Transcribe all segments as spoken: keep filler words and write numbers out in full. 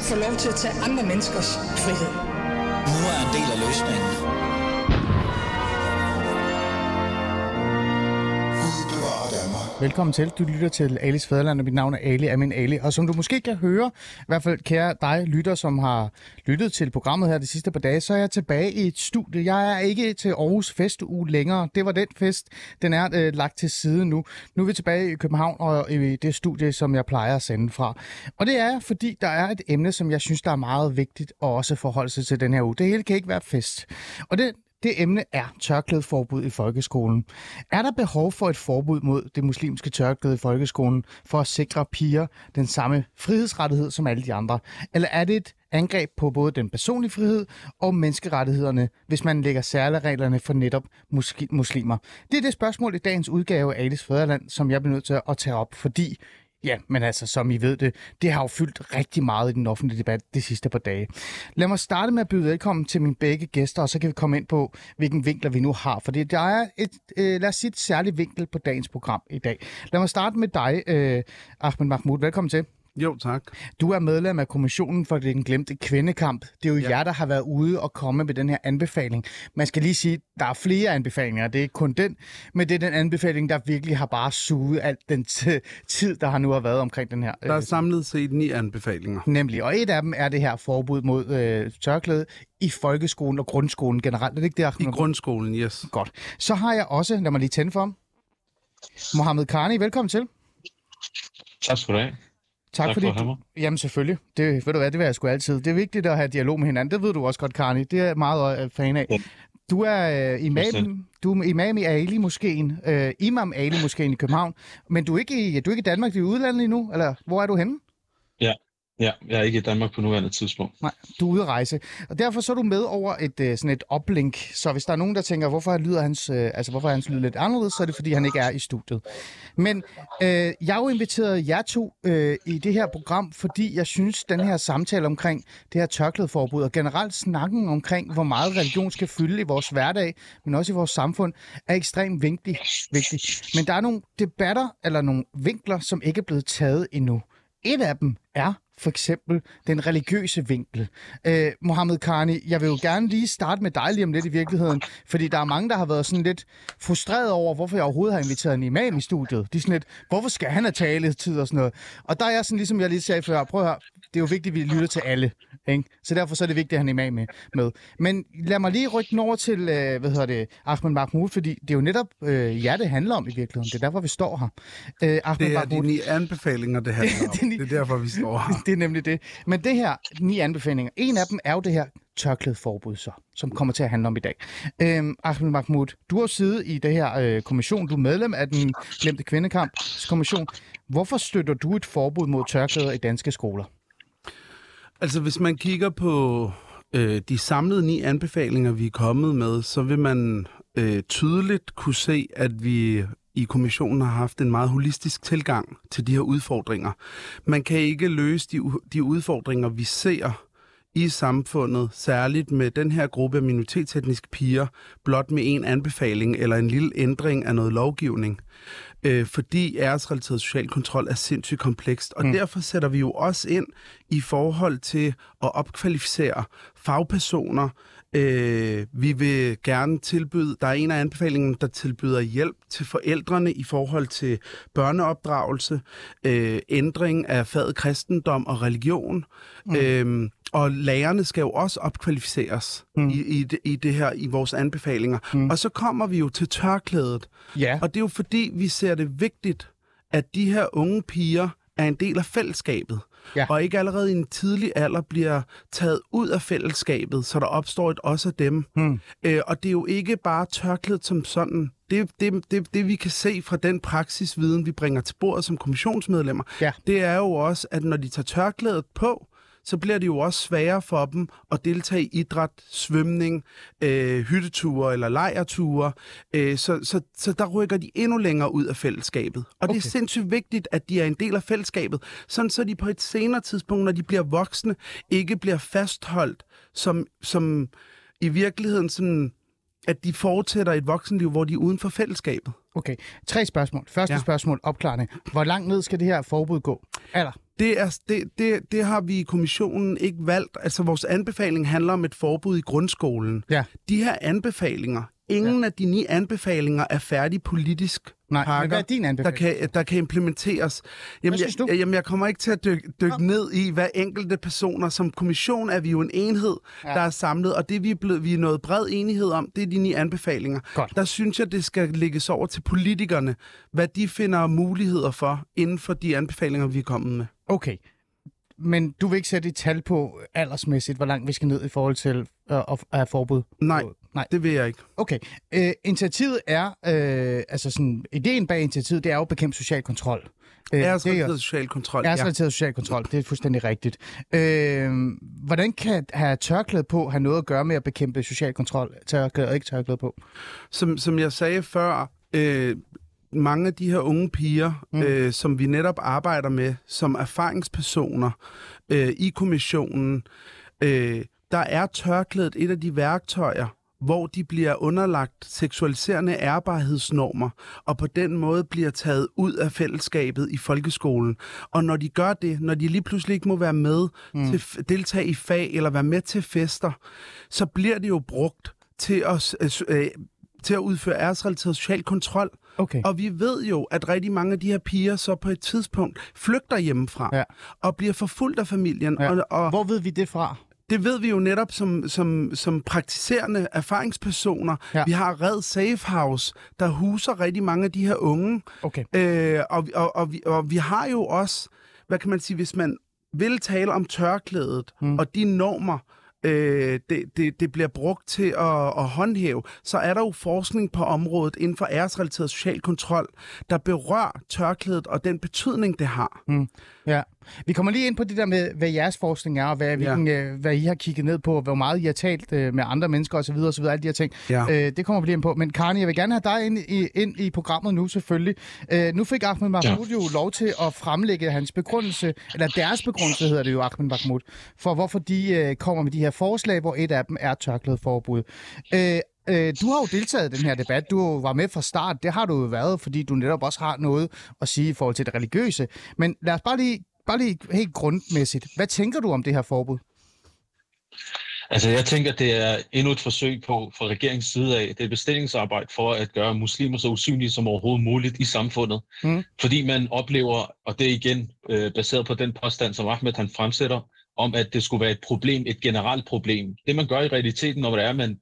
få lov til at tage andre menneskers frihed. Nu er en del af løsningen. Velkommen til. Du lytter til Alis Fædreland, og mit navn er Ali Amin Ali. Og som du måske kan høre, i hvert fald kære dig lytter, som har lyttet til programmet her de sidste par dage, så er jeg tilbage i et studie. Jeg er ikke til Aarhus Festuge længere. Det var den fest, den er øh, lagt til side nu. Nu er vi tilbage i København og i det studie, som jeg plejer at sende fra. Og det er, fordi der er et emne, som jeg synes, der er meget vigtigt at også forholde sig til den her uge. Det hele kan ikke være fest. Og det Det emne er tørklædeforbud i folkeskolen. Er der behov for et forbud mod det muslimske tørklæde i folkeskolen for at sikre piger den samme frihedsrettighed som alle de andre? Eller er det et angreb på både den personlige frihed og menneskerettighederne, hvis man lægger særreglerne for netop muslimer? Det er det spørgsmål i dagens udgave af Alis Fædreland, som jeg bliver nødt til at tage op, fordi ja, men altså, som I ved det, det har jo fyldt rigtig meget i den offentlige debat de sidste par dage. Lad mig starte med at byde velkommen til mine begge gæster, og så kan vi komme ind på, hvilken vinkler vi nu har. For der er et, øh, lad os sige, et særligt vinkel på dagens program i dag. Lad mig starte med dig, øh, Ahmed Mahmoud. Velkommen til. Jo, tak. Du er medlem af Kommissionen for den glemte kvindekamp. Det er jo ja. jer, der har været ude og komme med den her anbefaling. Man skal lige sige, der er flere anbefalinger. Det er ikke kun den, men det er den anbefaling, der virkelig har bare suget alt den t- tid, der har nu har været omkring den her. Der er samlet set ni anbefalinger. Nemlig, og et af dem er det her forbud mod øh, tørklæde i folkeskolen og grundskolen generelt. Er det ikke det, I grundskolen, yes. Godt. Så har jeg også, lad mig lige tænde for ham, Mohammed Karni. Velkommen til. Tak skal du have. Tak, tak fordi for du... Jamen selvfølgelig. Det, ved du hvad, det vil jeg sgu altid. Det er vigtigt at have dialog med hinanden. Det ved du også godt, Karni. Det er jeg meget øh, fan af. Ja. Du er øh, imam, du er imam i Ali-moskeen, øh, Imam Ali-moskeen i København. Men du er ikke i, du er ikke i Danmark, du er i udlandet endnu? Eller hvor er du henne? Ja. Ja, jeg er ikke i Danmark på nuværende tidspunkt. Nej, du er ude at rejse. Og derfor så er du med over et, sådan et uplink. Så hvis der er nogen, der tænker, hvorfor lyder hans, altså hvorfor er hans lyd lidt anderledes, så er det, fordi han ikke er i studiet. Men øh, jeg har jo inviteret jer to øh, i det her program, fordi jeg synes, den her samtale omkring det her tørklædeforbud, og generelt snakken omkring, hvor meget religion skal fylde i vores hverdag, men også i vores samfund, er ekstremt vigtig. vigtig. Men der er nogle debatter, eller nogle vinkler, som ikke er blevet taget endnu. Et af dem er for eksempel den religiøse vinkel. Øh, Mohammed Karni, jeg vil jo gerne lige starte med dig lige om lidt i virkeligheden, fordi der er mange, der har været sådan lidt frustreret over, hvorfor jeg overhovedet har inviteret en imam i studiet. De er sådan lidt, hvorfor skal han have taletid og sådan noget? Og der er jeg sådan, ligesom jeg lige sagde før, prøv at høre, det er jo vigtigt, at vi lytter til alle, ikke? Så derfor så er det vigtigt, at han er imam med. med. Men lad mig lige rykke den over til, øh, hvad hedder det, Ahmed Mahmoud, fordi det er jo netop øh, jer, det handler om i virkeligheden. Det er derfor, vi står her. Øh, Ahmed det er Mahmoud, de ni anbefalinger, det handler om. det, det er derfor, vi står her. Det er nemlig det. Men det her ni anbefalinger, en af dem er jo det her tørklædeforbud, så, som kommer til at handle om i dag. Øhm, Ahmed Mahmoud, du har siddet i det her øh, kommission, du er medlem af den glemte kvindekamp-kommission. Hvorfor støtter du et forbud mod tørklæder i danske skoler? Altså, hvis man kigger på øh, de samlede ni anbefalinger, vi er kommet med, så vil man øh, tydeligt kunne se, at vi i kommissionen har haft en meget holistisk tilgang til de her udfordringer. Man kan ikke løse de, de udfordringer, vi ser i samfundet, særligt med den her gruppe af minoritetsetniske piger, blot med en anbefaling eller en lille ændring af noget lovgivning. Øh, fordi æresrelateret social kontrol er sindssygt komplekst, og mm. derfor sætter vi jo også ind i forhold til at opkvalificere fagpersoner. Øh, vi vil gerne tilbyde, der er en af anbefalingerne, der tilbyder hjælp til forældrene i forhold til børneopdragelse, øh, ændring af faget kristendom og religion, mm. øh, og lærerne skal jo også opkvalificeres mm. i, i, det, i det her, i vores anbefalinger. Mm. Og så kommer vi jo til tørklædet. Yeah. Og det er jo fordi, vi ser det vigtigt, at de her unge piger er en del af fællesskabet. Ja. Og ikke allerede i en tidlig alder bliver taget ud af fællesskabet, så der opstår et også af dem. Mm. Øh, og det er jo ikke bare tørklædet som sådan. Det, det, det, det vi kan se fra den praksisviden, vi bringer til bordet som kommissionsmedlemmer, ja. Det er jo også, at når de tager tørklædet på, så bliver det jo også sværere for dem at deltage i idræt, svømning, øh, hytteture eller lejrture. Øh, så, så, så der rykker de endnu længere ud af fællesskabet. Og okay. Det er sindssygt vigtigt, at de er en del af fællesskabet, sådan så de på et senere tidspunkt, når de bliver voksne, ikke bliver fastholdt som, som i virkeligheden sådan, at de fortsætter et voksenliv, hvor de er uden for fællesskabet. Okay. Tre spørgsmål. Første ja. spørgsmål, opklarende. Hvor langt ned skal det her forbud gå? Eller? Det, er, det, det, det har vi i kommissionen ikke valgt. Altså, vores anbefaling handler om et forbud i grundskolen. Ja. De her anbefalinger, ingen ja. af de ni anbefalinger er færdig politisk Nej, pakker, men hvad er din anbefaling? der kan, der kan implementeres. Jamen, hvad synes du? Jeg, jamen, jeg kommer ikke til at dykke, dykke ja. ned i, hvad enkelte personer. Som kommission er vi jo en enhed, ja. der er samlet, og det vi er, blevet, vi er nået bred enighed om, det er de ni anbefalinger. Godt. Der synes jeg, det skal lægges over til politikerne, hvad de finder muligheder for, inden for de anbefalinger, vi er kommet med. Okay. Men du vil ikke sætte et tal på aldersmæssigt, hvor langt vi skal ned i forhold til øh, at have forbud? Nej, Nej, det vil jeg ikke. Okay. Øh, initiativet er, øh, altså sådan, ideen bag initiativet, det er jo at bekæmpe social kontrol. Øh, Æresrelateret social kontrol, ja. Æresrelateret social kontrol, det er fuldstændig rigtigt. Øh, hvordan kan have tørklæde på have noget at gøre med at bekæmpe social kontrol? Tørklæde og ikke tørklæde på? Som, som jeg sagde før, øh, mange af de her unge piger, mm. øh, som vi netop arbejder med som erfaringspersoner øh, i kommissionen, øh, der er tørklædet et af de værktøjer, hvor de bliver underlagt seksualiserende ærbarhedsnormer, og på den måde bliver taget ud af fællesskabet i folkeskolen. Og når de gør det, når de lige pludselig ikke må være med mm. til at deltage i fag eller være med til fester, så bliver det jo brugt til at, øh, til at udføre æresrelateret social kontrol. Okay. Og vi ved jo, at rigtig mange af de her piger så på et tidspunkt flygter hjemmefra ja. og bliver forfulgt af familien. Ja. Og, og hvor ved vi det fra? Det ved vi jo netop som, som, som praktiserende erfaringspersoner. Ja. Vi har Red Safe House, der huser rigtig mange af de her unge. Okay. Øh, og, og, og, vi, og vi har jo også, hvad kan man sige, hvis man vil tale om tørklædet mm. og de normer, øh, det, det, det bliver brugt til at, at håndhæve, så er der jo forskning på området inden for æresrelateret social kontrol, der berører tørklædet og den betydning, det har. Mm. Ja. Vi kommer lige ind på det der med, hvad jeres forskning er, og hvad, hvilken, ja. øh, hvad I har kigget ned på, hvor meget I har talt øh, med andre mennesker osv., osv., alle de her ting. Ja. Øh, det kommer vi lige ind på. Men Karni, jeg vil gerne have dig ind i, ind i programmet nu selvfølgelig. Øh, nu fik Ahmed Mahmoud ja. jo lov til at fremlægge hans begrundelse, eller deres begrundelse hedder det jo, Ahmed Mahmoud, for hvorfor de øh, kommer med de her forslag, hvor et af dem er tørklædeforbud. Øh, øh, du har jo deltaget i den her debat. Du var med fra start. Det har du jo været, fordi du netop også har noget at sige i forhold til det religiøse. Men lad os bare lige Bare lige helt grundmæssigt. Hvad tænker du om det her forbud? Altså, jeg tænker, det er endnu et forsøg på, fra regeringens side af, det er et bestillingsarbejde for at gøre muslimer så usynlige som overhovedet muligt i samfundet. Mm. Fordi man oplever, og det er igen øh, baseret på den påstand, som Ahmed han fremsætter, om at det skulle være et problem, et generelt problem. Det man gør i realiteten, når det er, at man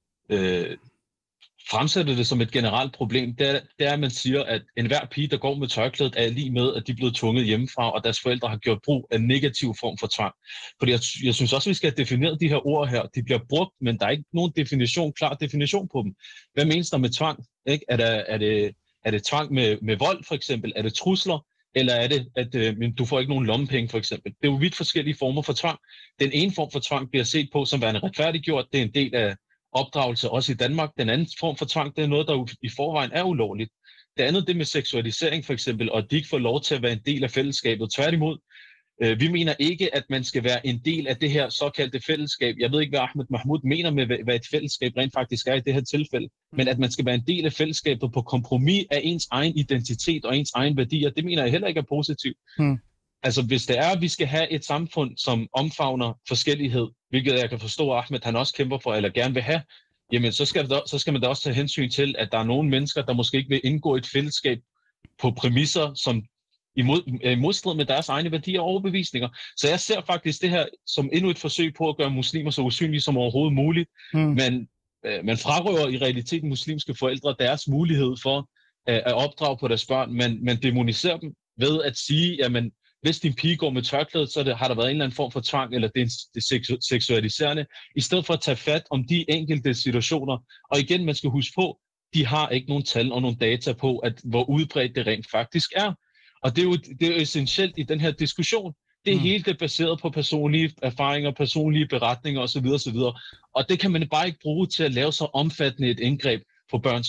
øh, fremsætter det som et generelt problem, det er, det er, at man siger, at enhver pige, der går med tørklædet, er lige med, at de er blevet tvunget hjemmefra, og deres forældre har gjort brug af en negativ form for tvang. Fordi jeg, jeg synes også, at vi skal have defineret de her ord her. De bliver brugt, men der er ikke nogen definition, klar definition på dem. Hvad menes der med tvang? Ikke? Er, der, er, det, er det tvang med, med vold, for eksempel? Er det trusler? Eller er det, at øh, du får ikke nogen lommepenge, for eksempel? Det er jo vidt forskellige former for tvang. Den ene form for tvang bliver set på som værende retfærdiggjort. Det er en del af opdragelse også i Danmark. Den anden form for tvang, det er noget, der i forvejen er ulovligt. Det andet, det med seksualisering for eksempel, og at de ikke får lov til at være en del af fællesskabet. Tværtimod, øh, vi mener ikke, at man skal være en del af det her såkaldte fællesskab. Jeg ved ikke, hvad Ahmed Mahmoud mener med, hvad et fællesskab rent faktisk er i det her tilfælde, men at man skal være en del af fællesskabet på kompromis af ens egen identitet og ens egen værdier, det mener jeg heller ikke er positivt. Hmm. Altså, hvis det er, at vi skal have et samfund, som omfavner forskellighed, hvilket jeg kan forstå, at Ahmed han også kæmper for, eller gerne vil have, jamen så skal, der, så skal man da også tage hensyn til, at der er nogle mennesker, der måske ikke vil indgå et fællesskab på præmisser, som imod, er i modstrid med deres egne værdier og overbevisninger. Så jeg ser faktisk det her som endnu et forsøg på at gøre muslimer så usynlige som overhovedet muligt, mm. men øh, man frarøver i realiteten muslimske forældre deres mulighed for øh, at opdrage på deres børn, men man demoniserer dem ved at sige, jamen hvis din pige går med tørklædet, så det, har der været en eller anden form for tvang, eller det er, det er seksualiserende, i stedet for at tage fat om de enkelte situationer. Og igen, man skal huske på, de har ikke nogen tal og nogen data på, at hvor udbredt det rent faktisk er. Og det er jo, det er jo essentielt i den her diskussion. Det er mm. hele det baseret på personlige erfaringer, personlige beretninger osv. osv. Og det kan man bare ikke bruge til at lave så omfattende et indgreb på børns liv.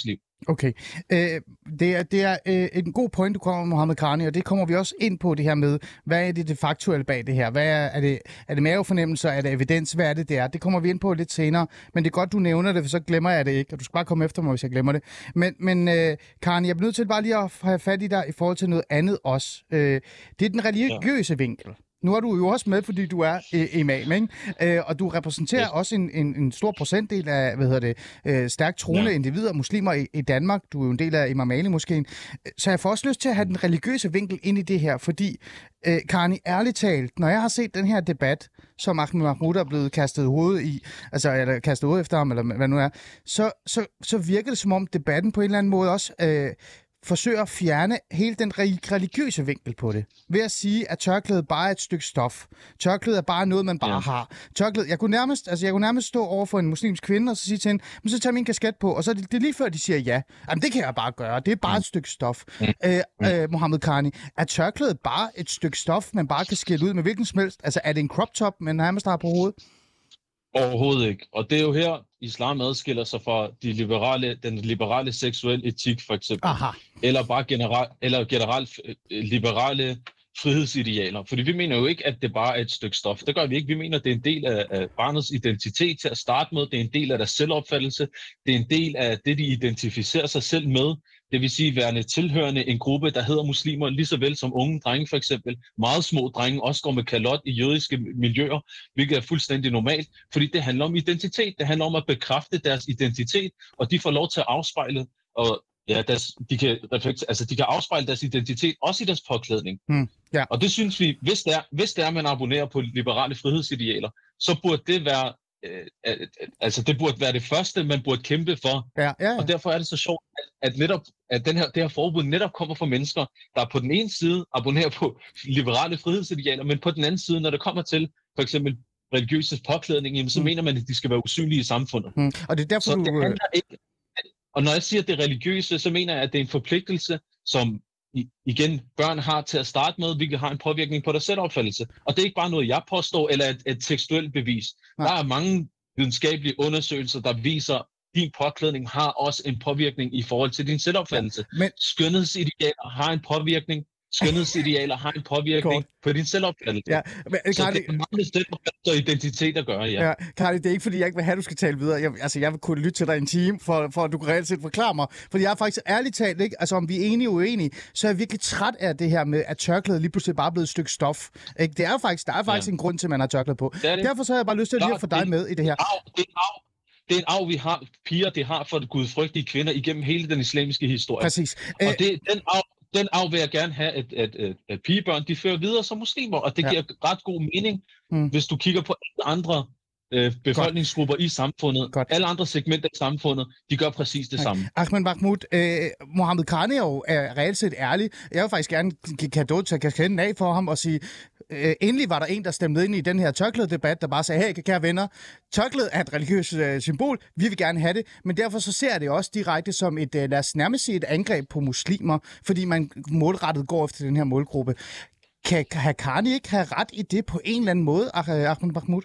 Okay. Øh, det er, det er øh, en god point, du kommer med, Mohammed Karni, og det kommer vi også ind på det her med, hvad er det, det faktuelle bag det her? Hvad er, er, det, er det mavefornemmelser? Er det evidens? Hvad er det, det er? Det kommer vi ind på lidt senere, men det er godt, du nævner det, for så glemmer jeg det ikke, og du skal bare komme efter mig, hvis jeg glemmer det. Men, men øh, Karni, jeg bliver nødt til bare lige at have fat i dig i forhold til noget andet også. Øh, det er den religiøse ja. vinkel. Nu er du jo også med, fordi du er øh, imam, ikke? Øh, og du repræsenterer ja. også en, en, en stor procentdel af, hvad hedder det, øh, stærkt troende ja. individer, muslimer i, i Danmark. Du er jo en del af Imam Ali-moskeen. Så jeg får også lyst til at have den religiøse vinkel ind i det her, fordi, øh, Karni, ærligt talt, når jeg har set den her debat, som Ahmed Mahmoud er blevet kastet hovedet i, altså eller kastet hovedet efter ham, eller hvad nu er, så, så, så virker det som om debatten på en eller anden måde også øh, forsøger at fjerne hele den religiøse vinkel på det. Ved at sige, at tørklædet bare er et stykke stof. Tørklædet er bare noget, man bare ja. har. Tørklædet, jeg kunne nærmest, altså jeg kunne nærmest stå over for en muslimsk kvinde og så sige til hende, men så tager min kasket på, og så er det, det er lige før, de siger ja. Jamen det kan jeg bare gøre. Det er bare mm. et stykke stof. Mm. Øh, øh, Mohammed Karni, er tørklædet bare et stykke stof, man bare kan skille ud med hvilken som helst? Altså er det en crop top, man nærmest har på hovedet? Overhovedet ikke. Og det er jo her, islam adskiller sig fra de liberale, den liberale seksuelle etik, for eksempel. Aha. Eller bare generelt, eller generelt liberale frihedsidealer. Fordi vi mener jo ikke, at det bare er et stykke stof. Det gør vi ikke. Vi mener, at det er en del af, af barnets identitet til at starte med. Det er en del af deres selvopfattelse. Det er en del af det, de identificerer sig selv med. Det vil sige, værende tilhørende en gruppe, der hedder muslimer, lige så vel som unge drenge for eksempel. Meget små drenge også går med kalot i jødiske miljøer, hvilket er fuldstændig normalt, fordi det handler om identitet. Det handler om at bekræfte deres identitet, og de får lov til at afspejle, og ja, deres, de, kan reflektere, altså, de kan afspejle deres identitet også i deres påklædning. Hmm, yeah. Og det synes vi, hvis det, er, hvis det er, at man abonnerer på liberale frihedsidealer, så burde det være Øh, altså det burde være det første, man burde kæmpe for. Ja, ja, ja. Og derfor er det så sjovt, at, at, netop, at den her, det her forbud netop kommer fra mennesker, der på den ene side abonnerer på liberale frihedsidealer, men på den anden side, når det kommer til for eksempel religiøse påklædning, jamen, så mm. mener man, at de skal være usynlige i samfundet. Mm. Og det er derfor, så du... det handler ikke, og når jeg siger, at det er religiøse, så mener jeg, at det er en forpligtelse, som igen, børn har til at starte med, hvilket har en påvirkning på deres selvopfattelse. Og det er ikke bare noget, jeg påstår, eller et, et tekstuelt bevis. Nej. Der er mange videnskabelige undersøgelser, der viser, at din påklædning har også en påvirkning i forhold til din selvopfattelse. Ja, men... Skønhedsidealer har en påvirkning. Skønhedsidealer har en påvirkning God. på din selvopfattelse. Ja, men, så Karli... det er meget selvopfattelse og identitet at gøre, ja. ja Karli, det er ikke, fordi jeg ikke vil have, at du skal tale videre. Jeg, altså, jeg vil kunne lytte til dig en time, for, for at du kan reelt set forklare mig. Fordi jeg er faktisk ærligt talt, ikke? Altså, om vi er enige og uenige, så er jeg virkelig træt af det her med, at tørklædet lige pludselig bare er blevet et stykke stof. Ikke? Det er faktisk, der er faktisk ja. en grund til, at man har tørklæde på. Det det. Derfor så har jeg bare lyst til at lige at få dig med i det her. Det er arv. Det er en arv, vi har, piger, det har for gudfrygtige kvinder igennem hele den islamiske historie. Præcis. Og det, den arv, Den arv vil jeg gerne have, at, at, at, at pigebørn de fører videre som muslimer, og det ja. giver ret god mening, mm. hvis du kigger på andre øh, befolkningsgrupper Godt. i samfundet. Godt. Alle andre segmenter i samfundet, de gør præcis det ja. samme. Ahmed Mahmoud, øh, Mohammed Karni er jo er reelt set ærlig. Jeg vil faktisk gerne kado tage kasketten af for ham og sige, øh, endelig var der en, der stemte ind i den her tørklædedebat, der bare sagde, hey, kære venner, tørklæde er et religiøst øh, symbol, vi vil gerne have det, men derfor så ser jeg det også direkte som et, øh, lad os nærmest sige et angreb på muslimer, fordi man målrettet går efter den her målgruppe. Kan, kan Karni ikke have ret i det på en eller anden måde, Ahmed Mahmoud?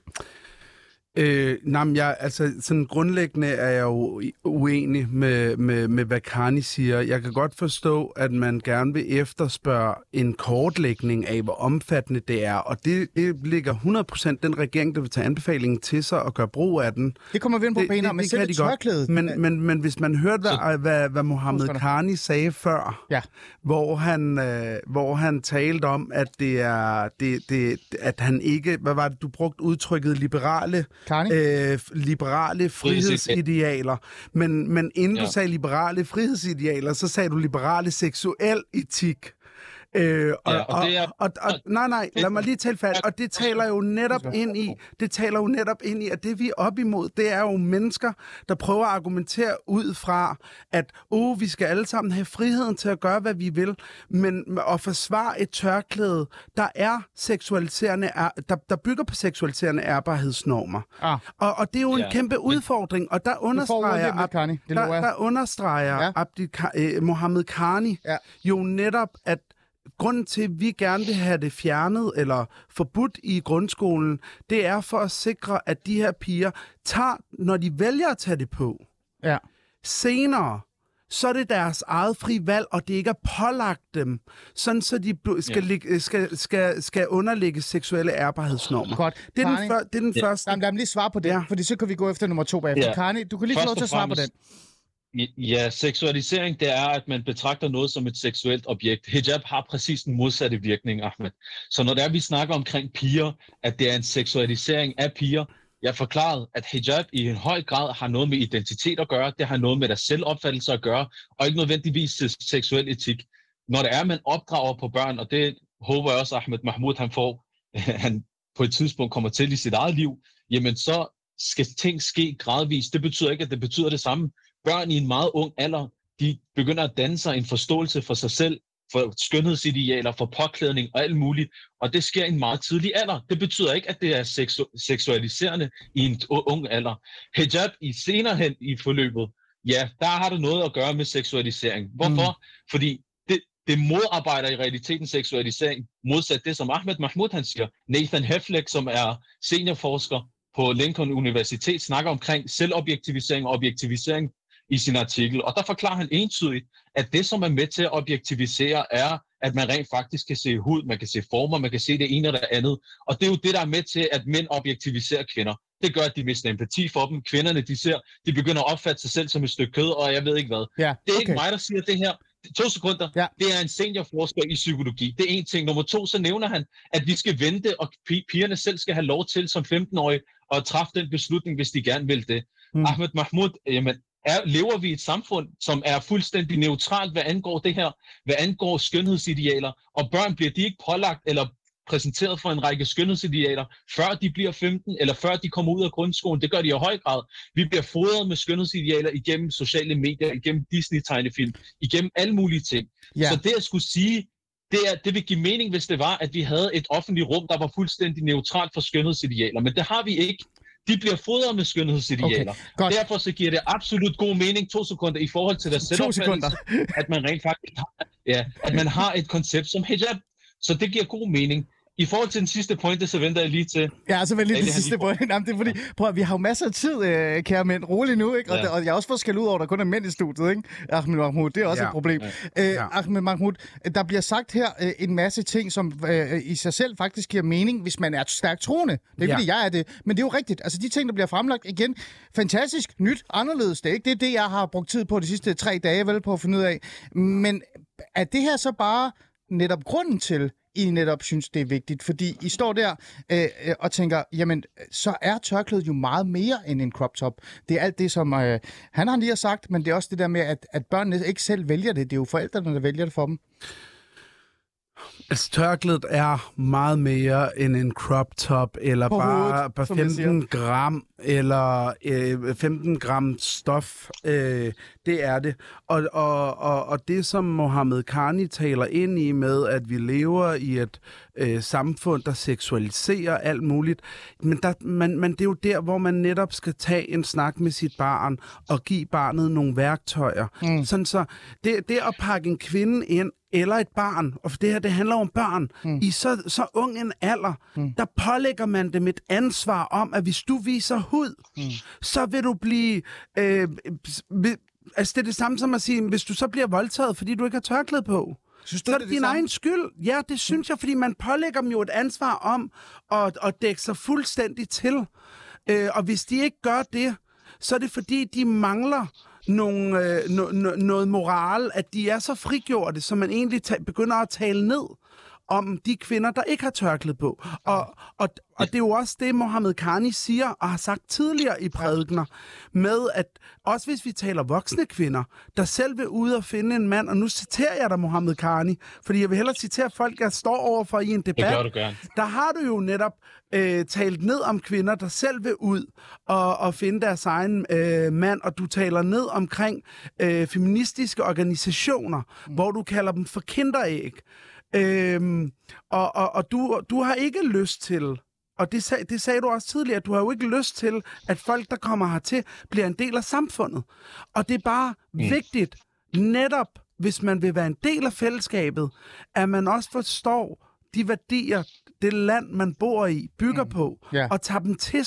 Øh, nej, men jeg, altså, sådan grundlæggende er jeg jo uenig med, med, med, hvad Karni siger. Jeg kan godt forstå, at man gerne vil efterspørge en kortlægning af, hvor omfattende det er, og det, det ligger hundrede procent den regering, der vil tage anbefalingen til sig og gøre brug af den. Det kommer vi ind på pænt med selv tørklædet. Men, men, men hvis man hørte, hvad, hvad, hvad Mohammed Karni sagde før, ja. hvor, han, øh, hvor han talte om, at det er, det, det, at han ikke, hvad var det, du brugte udtrykket liberale, Øh, liberale frihedsidealer. Men, men inden ja. du sagde liberale frihedsidealer, så sagde du liberale seksuel etik. Øh, og, ja, og, det er, og, og, og nej, nej, lad mig lige tale fast. Og det taler jo netop ind i, det taler jo netop ind i, at det vi er op imod, det er jo mennesker, der prøver at argumentere ud fra, at oh, vi skal alle sammen have friheden til at gøre, hvad vi vil, men at forsvare et tørklæde, der er seksualiserende, der, der bygger på seksualiserende ærbarhedsnormer. Ah. Og, og det er jo en ja. kæmpe udfordring, og der understreger, ab, det, der, der understreger ja. Abdi, eh, Mohammed Karni ja. jo netop, at grunden til, at vi gerne vil have det fjernet eller forbudt i grundskolen, det er for at sikre, at de her piger tager, når de vælger at tage det på, ja. senere så er det deres eget fri valg, og det ikke er pålagt dem, sådan så de skal, ja. ligge, skal, skal, skal underlægge seksuelle ærbarhedsnormer. Godt. Det er den, før, det er den ja. første. Lad mig lige svare på det, ja. fordi så kan vi gå efter nummer to bagefter. Ja. Karni, du kan lige få lov til at svare på den. Ja, seksualisering, det er, at man betragter noget som et seksuelt objekt. Hijab har præcis den modsatte virkning, Ahmed. Så når der vi snakker omkring piger, at det er en seksualisering af piger, jeg forklarede, at hijab i en høj grad har noget med identitet at gøre, det har noget med deres selvopfattelse at gøre, og ikke nødvendigvis seksuel etik. Når det er, man opdrager på børn, og det håber jeg også, at Ahmed Mahmoud han får, han på et tidspunkt kommer til i sit eget liv, jamen så skal ting ske gradvist. Det betyder ikke, at det betyder det samme. Børn i en meget ung alder, de begynder at danne sig en forståelse for sig selv, for skønhedsidealer, for påklædning og alt muligt. Og det sker i en meget tidlig alder. Det betyder ikke, at det er seksu- seksualiserende i en ung alder. Hijab i senere hen i forløbet, ja, der har det noget at gøre med seksualisering. Hvorfor? Mm. Fordi det, det modarbejder i realiteten seksualisering, modsat det, som Ahmed Mahmoud han siger. Nathan Hefleck, som er seniorforsker på Lincoln Universitet, snakker omkring selvobjektivisering og objektivisering i sin artikel, og der forklarer han entydigt, at det, som er med til at objektivisere, er, at man rent faktisk kan se hud, man kan se former, man kan se det ene eller det andet, og det er jo det, der er med til, at mænd objektiviserer kvinder. Det gør, at de mister empati for dem. Kvinderne, de ser, de begynder at opfatte sig selv som et stykke kød, og jeg ved ikke hvad. Ja, okay. Det er ikke mig, der siger det her. To sekunder. Ja. Det er en seniorforsker i psykologi. Det er en ting. Nummer to, så nævner han, at vi skal vente, og pigerne selv skal have lov til som femten-årige at træffe den beslutning, hvis de gerne vil det. Mm. Ahmed Mahmoud, jamen, er, lever vi i et samfund, som er fuldstændig neutralt, hvad angår det her, hvad angår skønhedsidealer, og børn bliver de ikke pålagt eller præsenteret for en række skønhedsidealer, før de bliver femten, eller før de kommer ud af grundskolen. Det gør de i høj grad. Vi bliver fodret med skønhedsidealer igennem sociale medier, igennem Disney-tegnefilm, igennem alle mulige ting. Ja. Så det at skulle sige, det, er, det vil give mening, hvis det var, at vi havde et offentligt rum, der var fuldstændig neutralt for skønhedsidealer. Men det har vi ikke. De bliver fodret med skønhedsidealer. Okay, derfor så giver det absolut god mening, to sekunder, i forhold til deres selvopfattelse, at man rent faktisk har, ja, at man har et koncept som hijab. Så det giver god mening. I forhold til den sidste pointe, så venter jeg lige til... Ja, så vent lige det sidste pointe. Jamen, det er fordi, prøv at, vi har jo masser af tid, øh, kære mænd. Rolig nu, ikke? Og, ja. og jeg har også fået skæld ud over, at der kun er mænd i studiet, ikke? Ahmed Mahmoud, det er også ja. et problem. Ja. Øh, ja. Ahmed Mahmoud, der bliver sagt her øh, en masse ting, som øh, i sig selv faktisk giver mening, hvis man er stærkt troende. Det er ikke, ja. fordi jeg er det. Men det er jo rigtigt. Altså, de ting, der bliver fremlagt igen, fantastisk, nyt, anderledes. Det er ikke det, det jeg har brugt tid på de sidste tre dage, vel, på at finde ud af. Men er det her så bare netop grunden til, I netop synes, det er vigtigt, fordi I står der øh, og tænker, jamen, så er tørklædet jo meget mere end en crop top. Det er alt det, som øh, han har lige har sagt, men det er også det der med, at, at børnene ikke selv vælger det. Det er jo forældrene, der vælger det for dem. Altså, tørklædet er meget mere end en crop top, eller på bare, hovedet, bare femten gram, eller øh, femten gram stof. Øh, det er det. Og, og, og, og det, som Mohammed Karni taler ind i med, at vi lever i et øh, samfund, der seksualiserer alt muligt, men, der, man, man, det er jo der, hvor man netop skal tage en snak med sit barn, og give barnet nogle værktøjer. Mm. Sådan så, det, det at pakke en kvinde ind, eller et barn, og det her, det handler om børn, mm. i så, så ung en alder, mm. der pålægger man dem et ansvar om, at hvis du viser hud, mm. så vil du blive... Øh, altså, det er det samme som at sige, hvis du så bliver voldtaget, fordi du ikke har tørklæde på, synes du, så er det, det din samme? Egen skyld. Ja, det synes mm. jeg, fordi man pålægger dem jo et ansvar om at, at dække sig fuldstændig til. Øh, og hvis de ikke gør det, så er det fordi, de mangler... Nogle, øh, no, no, noget moral, at de er så frigjorte, så man egentlig ta- begynder at tale ned om de kvinder, der ikke har tørklæde på. Og, og, og det er jo også det, Mohammed Karni siger og har sagt tidligere i prædikener, med at også hvis vi taler voksne kvinder, der selv vil ud og finde en mand, og nu citerer jeg dig, Mohammed Karni, fordi jeg vil hellere citere folk, jeg står overfor i en debat. Det gør du gerne. Der har du jo netop øh, talt ned om kvinder, der selv vil ud og, og finde deres egen øh, mand, og du taler ned omkring øh, feministiske organisationer, mm. hvor du kalder dem for kinderæg. Øhm, og og, og du, du har ikke lyst til, og det, sag, det sagde du også tidligere, at du har jo ikke lyst til, at folk, der kommer hertil, bliver en del af samfundet. Og det er bare mm. vigtigt, netop hvis man vil være en del af fællesskabet, at man også forstår de værdier, det land, man bor i, bygger mm. på, yeah. og tager dem til sig.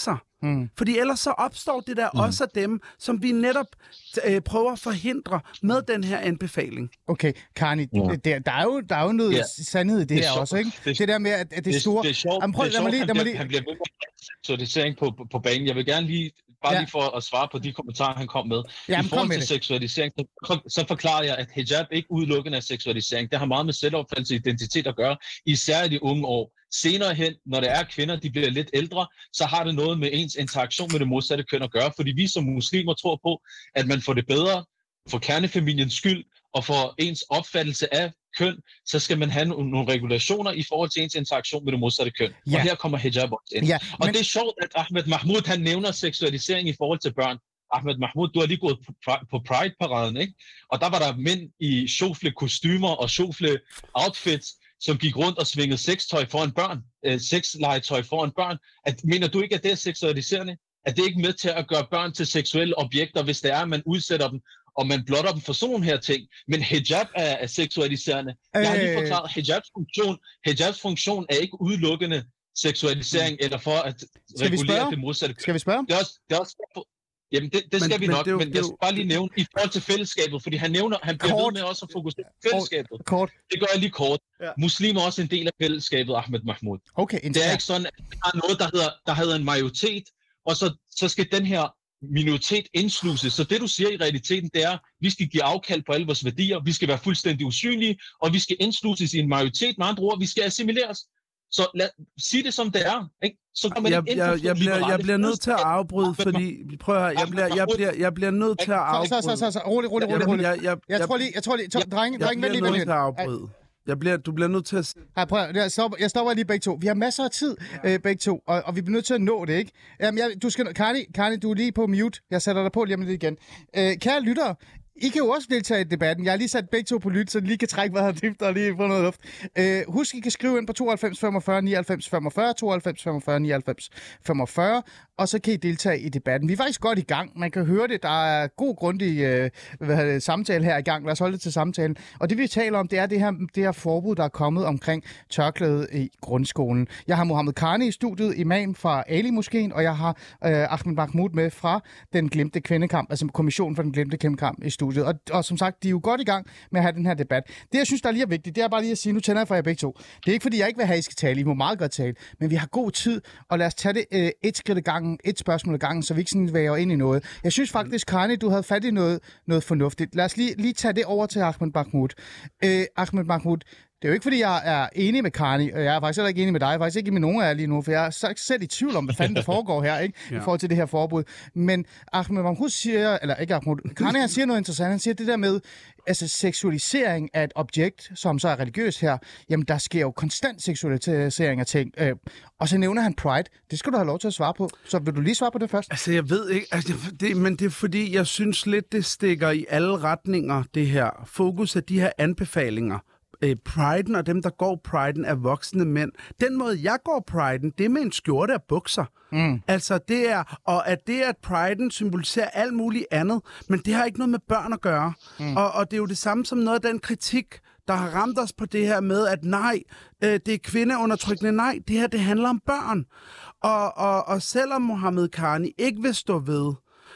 Mm. Fordi ellers så opstår det der mm. også af dem, som vi netop øh, prøver at forhindre med den her anbefaling. Okay, Karni, ja. der, der, er jo, der er jo noget ja. sandhed i det, det her sjov. også, ikke? Det, det der med, at, at det, det store... Det er sjovt, Jamen, prøv, det er sjovt lige, han, bliver, han bliver ved med seksualisering på, på, på banen. Jeg vil gerne lige, bare ja. lige for at svare på de kommentarer, han kom med. Jamen, I forhold til seksualisering, så, så forklarer jeg, at hijab ikke udelukkende er seksualisering. Det har meget med selvopfattelse og identitet at gøre, især i de unge år. Senere hen, når det er kvinder, de bliver lidt ældre, så har det noget med ens interaktion med det modsatte køn at gøre, fordi vi som muslimer tror på, at man får det bedre for kernefamiliens skyld, og for ens opfattelse af køn, så skal man have nogle, nogle regulationer i forhold til ens interaktion med det modsatte køn. Ja. Og her kommer hijab også ind. Ja, men... Og det er sjovt, at Ahmed Mahmoud, han nævner seksualisering i forhold til børn. Ahmed Mahmoud, du har lige gået på Pride-paraden, ikke? Og der var der mænd i sjofle kostymer og sjofle outfits, som gik rundt og svingede sextøj foran børn, øh, sexlegetøj foran børn. At, mener du ikke, at det er seksualiserende? At det ikke er med til at gøre børn til seksuelle objekter, hvis det er, at man udsætter dem, og man blotter dem for sådan nogle her ting. Men hijab er, er seksualiserende. Jeg har lige forklaret, at hijabs funktion, hijabs funktion er ikke udelukkende seksualisering, mm. eller for at regulere det modsatte. Skal vi spørge? Det er også, det er også Jamen, det, det skal men, vi nok, men, jo, men jeg skal bare lige nævne i forhold til fællesskabet, fordi han nævner, han bliver kort. ved med også at fokusere på fællesskabet. Kort. Det gør jeg lige kort. Ja. Muslimer er også en del af fællesskabet, Ahmed Mahmoud. Okay, det er ikke sådan, at der er noget, der hedder, der hedder en majoritet, og så, så skal den her minoritet indsluses. Så det, du siger i realiteten, det er, vi skal give afkald på alle vores værdier, vi skal være fuldstændig usynlige, og vi skal indsluses i en majoritet. Med andre ord, vi skal assimileres. Så lad, sig det som det er, ikke? Så kommer jeg, jeg, jeg, jeg, bliver, jeg bliver nødt til at afbryde, fordi prøv at høre, jeg bliver, jeg bliver, jeg bliver nødt til at afbryde. Så, så, så, så, rolig, rolig, rolig, rolig. Jeg, jeg, jeg, jeg tror lige, jeg tror lige, drenge, drenge, vent lige, vent lige. Jeg bliver, du bliver nødt til at... Ja, prøv, jeg, stopper, jeg stopper lige begge to. Vi har masser af tid, ja. øh, begge to, og, og vi bliver nødt til at nå det, ikke? Jamen, jeg, du skal, Karni, Karni, du er lige på mute. Jeg sætter dig på lige om lidt igen. Øh, kære lyttere, I kan jo også deltage i debatten. Jeg har lige sat begge to på lyt, så I lige kan trække vejret dybt og lige få noget luft. Øh, husk, I kan skrive ind på tooghalvfems femogfyrre nioghalvfems femogfyrre, tooghalvfems femogfyrre nioghalvfems femogfyrre, og så kan I deltage i debatten. Vi er faktisk godt i gang. Man kan høre det. Der er god grundig øh, hvad det, samtale her i gang. Lad os holde det til samtalen. Og det vi taler om, det er det her, det her forbud, der er kommet omkring tørklæde i grundskolen. Jeg har Mohammed Karni i studiet, imam fra Ali-moskeen, og jeg har øh, Ahmed Mahmoud med fra den glemte kvindekamp, altså kommissionen for den glemte kvindekamp i studiet. Og, og som sagt, de er jo godt i gang med at have den her debat. Det, jeg synes, der er lige er vigtigt, det er bare lige at sige, nu tænder jeg for jer begge to. Det er ikke, fordi jeg ikke vil have, at I skal tale. I må meget godt tale. Men vi har god tid, og lad os tage det øh, et skridt ad gangen, et spørgsmål ad gangen, så vi ikke sådan væger ind i noget. Jeg synes faktisk, Karni, du havde fat i noget, noget fornuftigt. Lad os lige, lige tage det over til Ahmed Mahmoud. Øh, Ahmed Mahmoud, det er jo ikke, fordi jeg er enig med Karni, og jeg er faktisk heller ikke enig med dig. Jeg er faktisk ikke med nogen af jer lige nu, for jeg er selv i tvivl om, hvad fanden der foregår her, ikke? Ja. I forhold til det her forbud. Men Ahmed Mahmoud siger, eller ikke Ahmed, Karni, han siger noget interessant. Han siger det der med, altså seksualisering af et objekt, som så er religiøst her, jamen der sker jo konstant seksualisering af ting. Øh, og så nævner han Pride. Det skal du have lov til at svare på. Så vil du lige svare på det først? Altså, jeg ved ikke, altså, det, men det er fordi, jeg synes lidt, det stikker i alle retninger, det her. Fokus af de her anbefalinger. Priden og dem, der går priden, er voksne mænd. Den måde, jeg går priden, det er med en skjorte og bukser. Mm. Altså, det er... Og at det, at priden symboliserer alt muligt andet, men det har ikke noget med børn at gøre. Mm. Og, og det er jo det samme som noget af den kritik, der har ramt os på det her med, at nej, øh, det er kvindeundertrykkende. Nej, det her, det handler om børn. Og, og, og selvom Mohammed Karni ikke vil stå ved...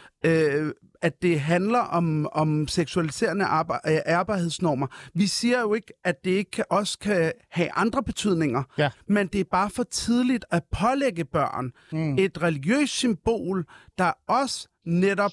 Øh, at det handler om, om seksualiserende ærbarhedsnormer. Vi siger jo ikke, at det ikke kan, også kan have andre betydninger, ja. Men det er bare for tidligt at pålægge børn mm. et religiøst symbol, der også netop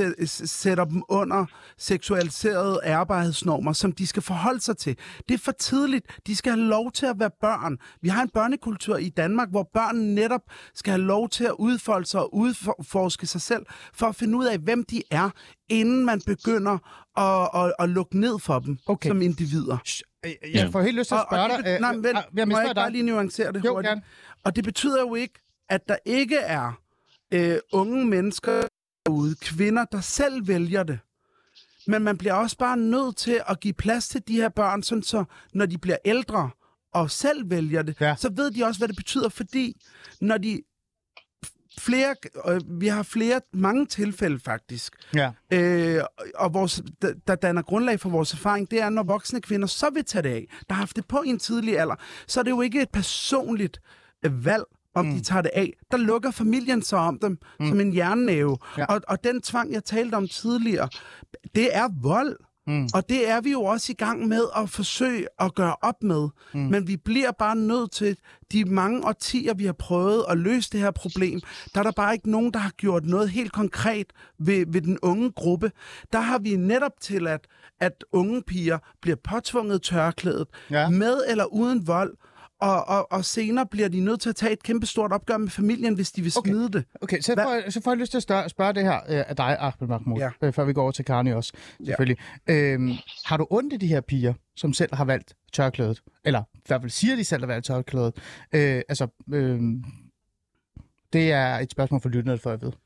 sætter dem under seksualiserede ærbarhedsnormer, som de skal forholde sig til. Det er for tidligt. De skal have lov til at være børn. Vi har en børnekultur i Danmark, hvor børn netop skal have lov til at udfolde sig og udforske sig selv, for at finde ud af, hvem de er, inden man begynder at, at, at lukke ned for dem okay. som individer. Jeg får helt lyst til at spørge dig. Det, nej, men vent, jeg må jeg bare lige nuancere det jo, hurtigt. Gerne. Og det betyder jo ikke, at der ikke er øh, unge mennesker ude, kvinder, der selv vælger det. Men man bliver også bare nødt til at give plads til de her børn, sådan så når de bliver ældre og selv vælger det, ja. Så ved de også, hvad det betyder, fordi når de flere, øh, vi har flere, mange tilfælde faktisk, ja. øh, og vores, der, der danner grundlag for vores erfaring, det er, når voksne kvinder så vil tage det af, der har haft det på i en tidlig alder, så er det jo ikke et personligt øh, valg om mm. de tager det af, der lukker familien sig om dem mm. som en jernnæve. Ja. Og, og den tvang, jeg talte om tidligere, det er vold. Mm. Og det er vi jo også i gang med at forsøge at gøre op med. Mm. Men vi bliver bare nødt til, de mange årtier, vi har prøvet at løse det her problem, der er der bare ikke nogen, der har gjort noget helt konkret ved, ved den unge gruppe. Der har vi netop til, at, at unge piger bliver påtvunget tørklædet, ja. med eller uden vold, Og, og, og senere bliver de nødt til at tage et kæmpestort opgør med familien, hvis de vil smide okay. det. Okay, så får, jeg, så får jeg lyst til at spørge, spørge det her øh, af dig, Ahmed Mahmoud, ja. øh, før vi går over til Karni også, selvfølgelig. Ja. Øhm, har du ondt af de her piger, som selv har valgt tørklædet? Eller i hvert fald siger, de selv har valgt tørklædet? Øh, altså, øh, det er et spørgsmål for lytterne, for jeg ved.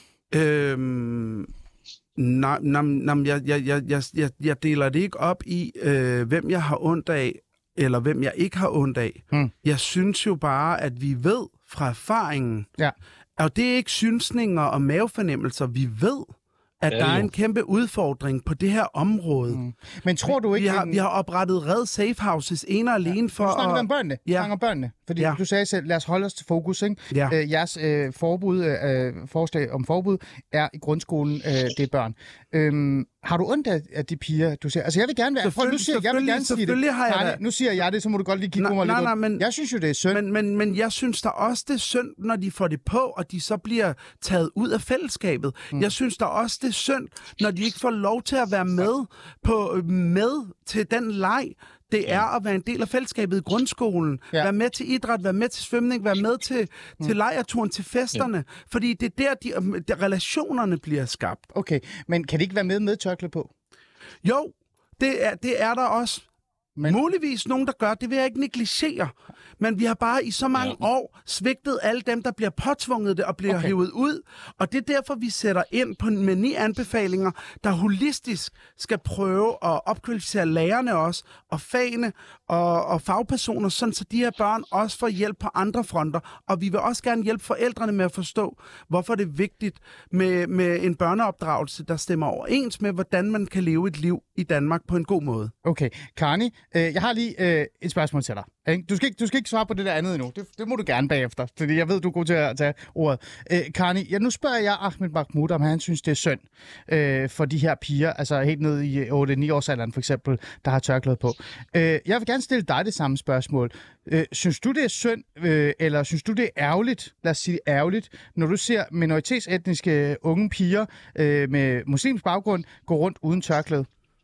Øhm... Nej, nej, nej jeg, jeg, jeg, jeg, jeg deler det ikke op i, øh, hvem jeg har ondt af, eller hvem jeg ikke har ondt af. Hmm. Jeg synes jo bare, at vi ved fra erfaringen, ja. og det er ikke synsninger og mavefornemmelser, vi ved, at ja, der er en kæmpe udfordring på det her område. Mm. Men tror du ikke... Vi har, en... vi har oprettet Red Safe Houses ene og alene ja. for... Du snakker at... om børnene. Ja. snakker om børnene. Fordi ja. du sagde selv, lad os holde os til fokus. Ikke? Ja. Øh, jeres øh, forbud, øh, forslag om forbud er i grundskolen, øh, det er børn. Øhm, har du ondt af, af de piger, du siger? Altså jeg vil gerne være... Prøv, nu siger jeg, jeg vil gerne sige det. Har jeg nej, nu siger jeg det, så må du godt lige kigge på mig lidt. Nej, men... Jeg synes jo, det er synd. Men, men, men jeg synes der også, det er synd, når de får det på, og de så bliver taget ud af fællesskabet. Mm. Jeg synes der også, det er synd, når de ikke får lov til at være med, på, med til den leg, det er at være en del af fællesskabet i grundskolen. Ja. Være med til idræt, være med til svømning, være med til, mm. til lejrturen, til festerne. Ja. Fordi det er der, de, de relationerne bliver skabt. Okay, men kan de ikke være med med tørklæde på? Jo, det er, det er der også. Men... Muligvis nogen, der gør, det vil jeg ikke negligere. Men vi har bare i så mange ja. år svigtet alle dem, der bliver påtvunget det og bliver okay. hævet ud. Og det er derfor, vi sætter ind på, med ni anbefalinger, der holistisk skal prøve at opkvalificere lærerne også, og fagene og, og fagpersoner, sådan så de her børn også får hjælp på andre fronter. Og vi vil også gerne hjælpe forældrene med at forstå, hvorfor det er vigtigt med, med en børneopdragelse, der stemmer overens med, hvordan man kan leve et liv i Danmark på en god måde. Okay, Karni, øh, jeg har lige øh, et spørgsmål til dig. Du skal, ikke, du skal ikke svare på det der andet endnu. Det, det må du gerne bagefter, fordi jeg ved, du er god til at tage ordet. Øh, Karni, ja, nu spørger jeg Ahmed Mahmoud, om han synes, det er synd øh, for de her piger, altså helt ned i otte ni års alderen for eksempel, der har tørklæde på. Øh, jeg vil gerne stille dig det samme spørgsmål. Øh, synes du, det er synd, øh, eller synes du, det er ærgerligt, lad os sige det ærgerligt, når du ser minoritetsetniske unge piger øh, med muslimsk baggrund gå rundt uden tørklæde?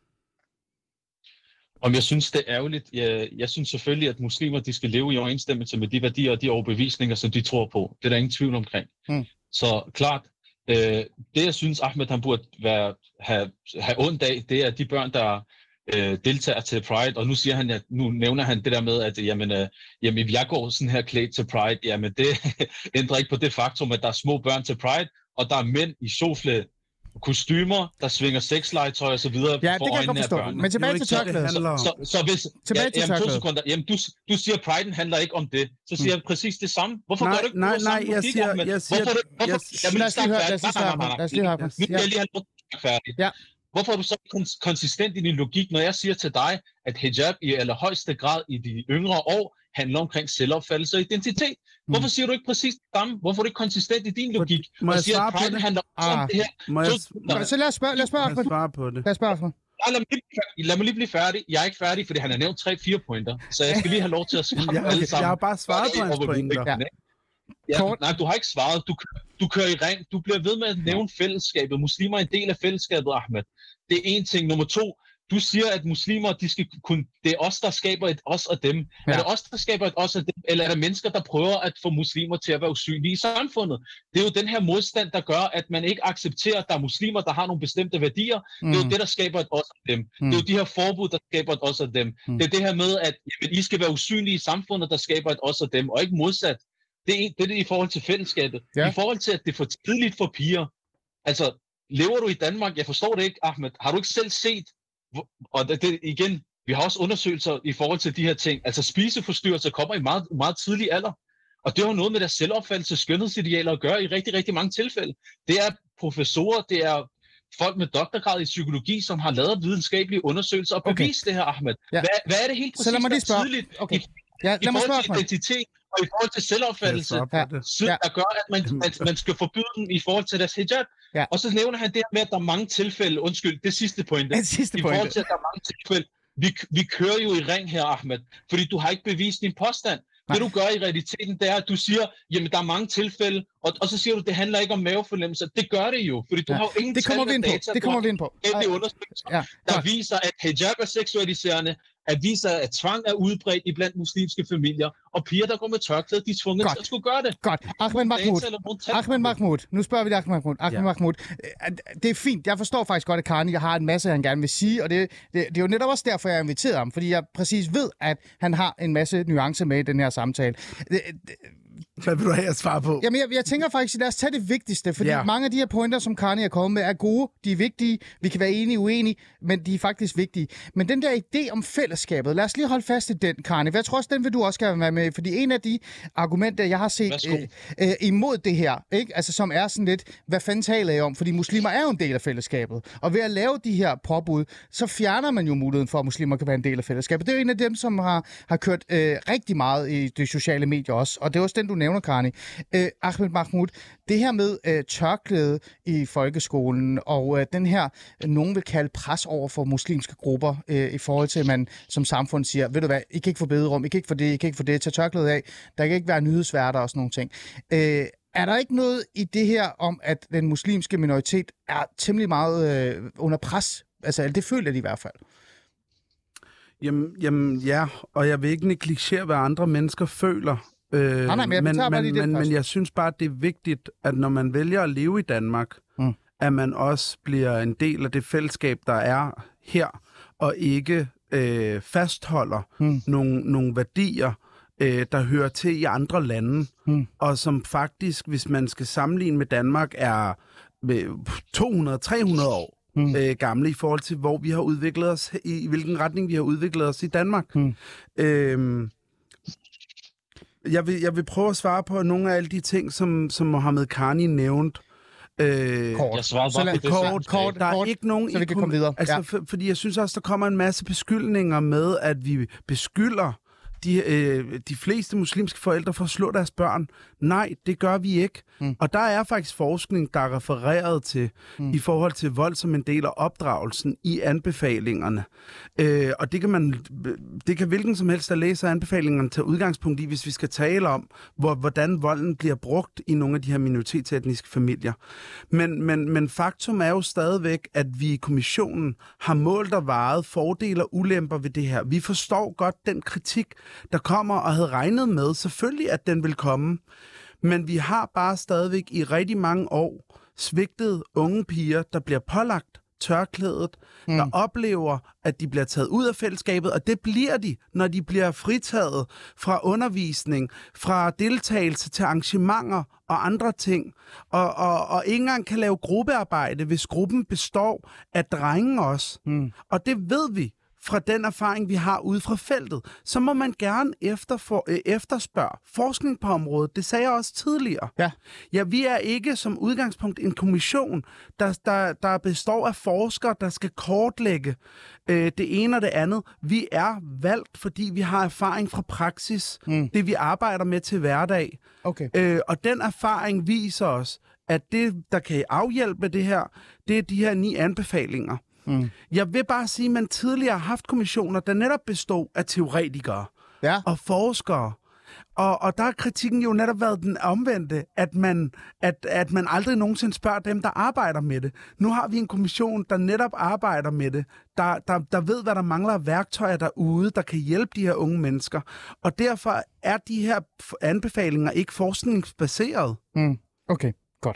Om jeg synes, det er ærgerligt? Jeg, jeg synes selvfølgelig, at muslimer de skal leve i overensstemmelse med de værdier og de overbevisninger, som de tror på. Det er der ingen tvivl omkring. Mm. Så klart, øh, det jeg synes, Ahmed han burde være, have, have ondt af, det er de børn, der øh, deltager til Pride. Og nu siger han, at nu nævner han det der med, at jamen, øh, jamen, jeg går sådan her klædt til Pride. Jamen det ændrer ikke på det faktum, at der er små børn til Pride, og der er mænd i kjole, kostymer, der svinger sexlegetøj og så videre. Ja, det kan jeg godt forstå. Men tilbage til tørklædet. Så, så, så hvis... Tilbage ja, til jamen, to sekunder. Jamen, du, du siger, at Pride'en handler ikke om det. Så siger jeg mm. præcis det samme. Hvorfor nej, gør du ikke nej, det nej, samme? Jeg siger, jeg hvorfor, siger... Hvorfor, hvorfor, jeg, jamen, lad os lige høre, lad os lige svare på. Lad os lige høre på. Nu vil jeg lige have noget færdigt. Ja. Hvorfor er du så konsistent i din logik, når jeg siger til dig, at hijab i allerhøjeste grad i de yngre år handler omkring selvopfattelse og identitet? Hvorfor siger du ikke præcis det samme? Hvorfor er du ikke konsistent i din logik? Må jeg svare på det? Handler ah. om det her. Må jeg, så, så lad os spørge, lad os spørge, lad os svare på det. Lad os spørge. Lad mig, lige, lad mig lige blive færdig. Jeg er ikke færdig, fordi han har nævnt tre fire pointer. Så jeg skal lige have lov til at svare ja, okay. alle sammen. Jeg har bare svaret på hans pointer. Ja. Ja, nej, du har ikke svaret. Du, du kører i ring. Du bliver ved med at nævne fællesskabet. Muslimer er en del af fællesskabet, Ahmed. Det er en ting. Nummer to, du siger, at muslimer, de skal kunne, det er os, der skaber et os og dem. Ja. Er det os, der skaber et os og dem, eller er der mennesker, der prøver at få muslimer til at være usynlige i samfundet? Det er jo den her modstand, der gør, at man ikke accepterer, at der er muslimer, der har nogle bestemte værdier. Mm. Det er jo det, der skaber et os og dem. Mm. Det er jo de her forbud, der skaber et os og dem. Mm. Det er det her med, at jamen, I skal være usynlige i samfundet, der skaber et os og dem, og ikke modsat. Det er det, det er i forhold til fællesskabet. Ja. I forhold til, at det er for tidligt for piger. Altså, lever du i Danmark? Jeg forstår det ikke, Ahmed. Har du ikke selv set, og det, det igen, vi har også undersøgelser i forhold til de her ting. Altså, spiseforstyrrelser kommer i meget, meget tidlig alder. Og det har noget med deres selvopfattelse, skønhedsidealer at gøre i rigtig, rigtig mange tilfælde. Det er professorer, det er folk med doktorgrad i psykologi, som har lavet videnskabelige undersøgelser og bevist okay. det her, Ahmed. Ja. Hvad, hvad er det helt præcis, så lad mig lige spørge. tidligt okay. i Ja, I forhold til identitet og i forhold til selvopfattelse, ja. ja. der gør, at man, man, man skal forbyde dem i forhold til deres hijab. Ja. Og så nævner han det med, at der er mange tilfælde, undskyld, det sidste pointe, det sidste i pointe. forhold til, at der er mange tilfælde. Vi, vi kører jo i ring her, Ahmed, fordi du har ikke bevist din påstand. Nej. Det du gør i realiteten, det er, at du siger, jamen der er mange tilfælde, og, og så siger du, det handler ikke om mavefornemmelser. Det gør det jo, fordi du ja. har jo ingen det kommer vi ind på. data, det kommer vi ind på. Ja, der viser, at hijab er seksualiserende, at viser, at tvang er udbredt i blandt muslimske familier, og piger, der går med tørklæde, de er tvunget til at skulle gøre det. Godt. Ahmed Mahmoud. Ahmed Mahmoud. Nu spørger vi dig, Ahmed Mahmoud. Ahmed ja. Mahmoud. Det er fint. Jeg forstår faktisk godt, at Karni har en masse, han gerne vil sige, og det, det, det er jo netop også derfor, jeg har inviteret ham, fordi jeg præcis ved, at han har en masse nuancer med i den her samtale. Det, det, Hvad vil du have at svare på? Jamen, jeg, jeg tænker faktisk, lad os tage det vigtigste, fordi ja. mange af de her pointer, som Karni er kommet med, er gode, de er vigtige, vi kan være enige og uenige, men de er faktisk vigtige. Men den der idé om fællesskabet, lad os lige holde fast i den, Karni. Jeg tror også, den vil du også gerne være med, fordi en af de argumenter, jeg har set øh, øh, imod det her, ikke? Altså, som er sådan lidt, hvad fanden taler jeg om? Fordi muslimer er jo en del af fællesskabet, og ved at lave de her påbud, så fjerner man jo muligheden for, at muslimer kan være en del af fællesskabet. Det er jo en af dem, som har, har kørt øh, rigtig meget i de sociale medier også, og det er også den, du nævner, Karni. Øh, Ahmed Mahmoud, det her med øh, tørklæde i folkeskolen, og øh, den her, øh, nogen vil kalde pres over for muslimske grupper, øh, i forhold til, at man som samfund siger, ved du hvad, I kan ikke få bederum, I kan ikke få det, I kan ikke få det, tag tørklæde af, der kan ikke være nyhedsværter og sådan nogle ting. Øh, er der ikke noget i det her om, at den muslimske minoritet er temmelig meget øh, under pres? Altså, det føler de i hvert fald. Jamen, jamen ja, og jeg vil ikke negligere, hvad andre mennesker føler. Øh, nej, nej, men, jeg men, men, men, men jeg synes bare, det er vigtigt, at når man vælger at leve i Danmark, mm. at man også bliver en del af det fællesskab, der er her, og ikke øh, fastholder mm. nogle, nogle værdier, øh, der hører til i andre lande, mm. og som faktisk, hvis man skal sammenligne med Danmark, er to hundrede til tre hundrede år. Mm. Øh, gamle i forhold til, hvor vi har udviklet os, i, i hvilken retning vi har udviklet os i Danmark. Mm. Øh, Jeg vil, jeg vil prøve at svare på nogle af alle de ting, som, som Mohammed Karni nævnte. Øh, kort. Jeg svarer bare på det. Kort, kort, der er kort, ikke nogen... Så vi kan komme videre. Altså, ja. for, fordi jeg synes også, der kommer en masse beskyldninger med, at vi beskylder de, øh, de fleste muslimske forældre for at slå deres børn. Nej, det gør vi ikke. Mm. Og der er faktisk forskning, der er refereret til mm. i forhold til vold som en del af opdragelsen i anbefalingerne. Øh, og det kan man, det kan hvilken som helst, der læser anbefalingerne, tage udgangspunkt i, hvis vi skal tale om, hvor, hvordan volden bliver brugt i nogle af de her minoritetsetniske familier. Men, men, men faktum er jo stadigvæk, at vi i kommissionen har målt og vejet fordele og ulemper ved det her. Vi forstår godt den kritik, der kommer og havde regnet med, selvfølgelig, at den vil komme. Men vi har bare stadigvæk i rigtig mange år svigtet unge piger, der bliver pålagt tørklædet, mm. der oplever, at de bliver taget ud af fællesskabet, og det bliver de, når de bliver fritaget fra undervisning, fra deltagelse til arrangementer og andre ting, og, og, og ikke engang kan lave gruppearbejde, hvis gruppen består af drenge også. Mm. Og det ved vi fra den erfaring, vi har ude fra feltet. Så må man gerne efterfor, øh, efterspørge forskning på området. Det sagde jeg også tidligere. Ja. Ja, vi er ikke som udgangspunkt en kommission, der, der, der består af forskere, der skal kortlægge øh, det ene og det andet. Vi er valgt, fordi vi har erfaring fra praksis. Mm. Det, vi arbejder med til hverdag. Okay. Øh, og den erfaring viser os, at det, der kan afhjælpe det her, det er de her ni anbefalinger. Mm. Jeg vil bare sige, at man tidligere har haft kommissioner, der netop bestod af teoretikere ja. og forskere. Og, og der har kritikken jo netop været den omvendte, at man, at, at man aldrig nogensinde spørger dem, der arbejder med det. Nu har vi en kommission, der netop arbejder med det, der, der, der ved, hvad der mangler af værktøjer derude, der kan hjælpe de her unge mennesker. Og derfor er de her anbefalinger ikke forskningsbaseret. Mm. Okay, godt.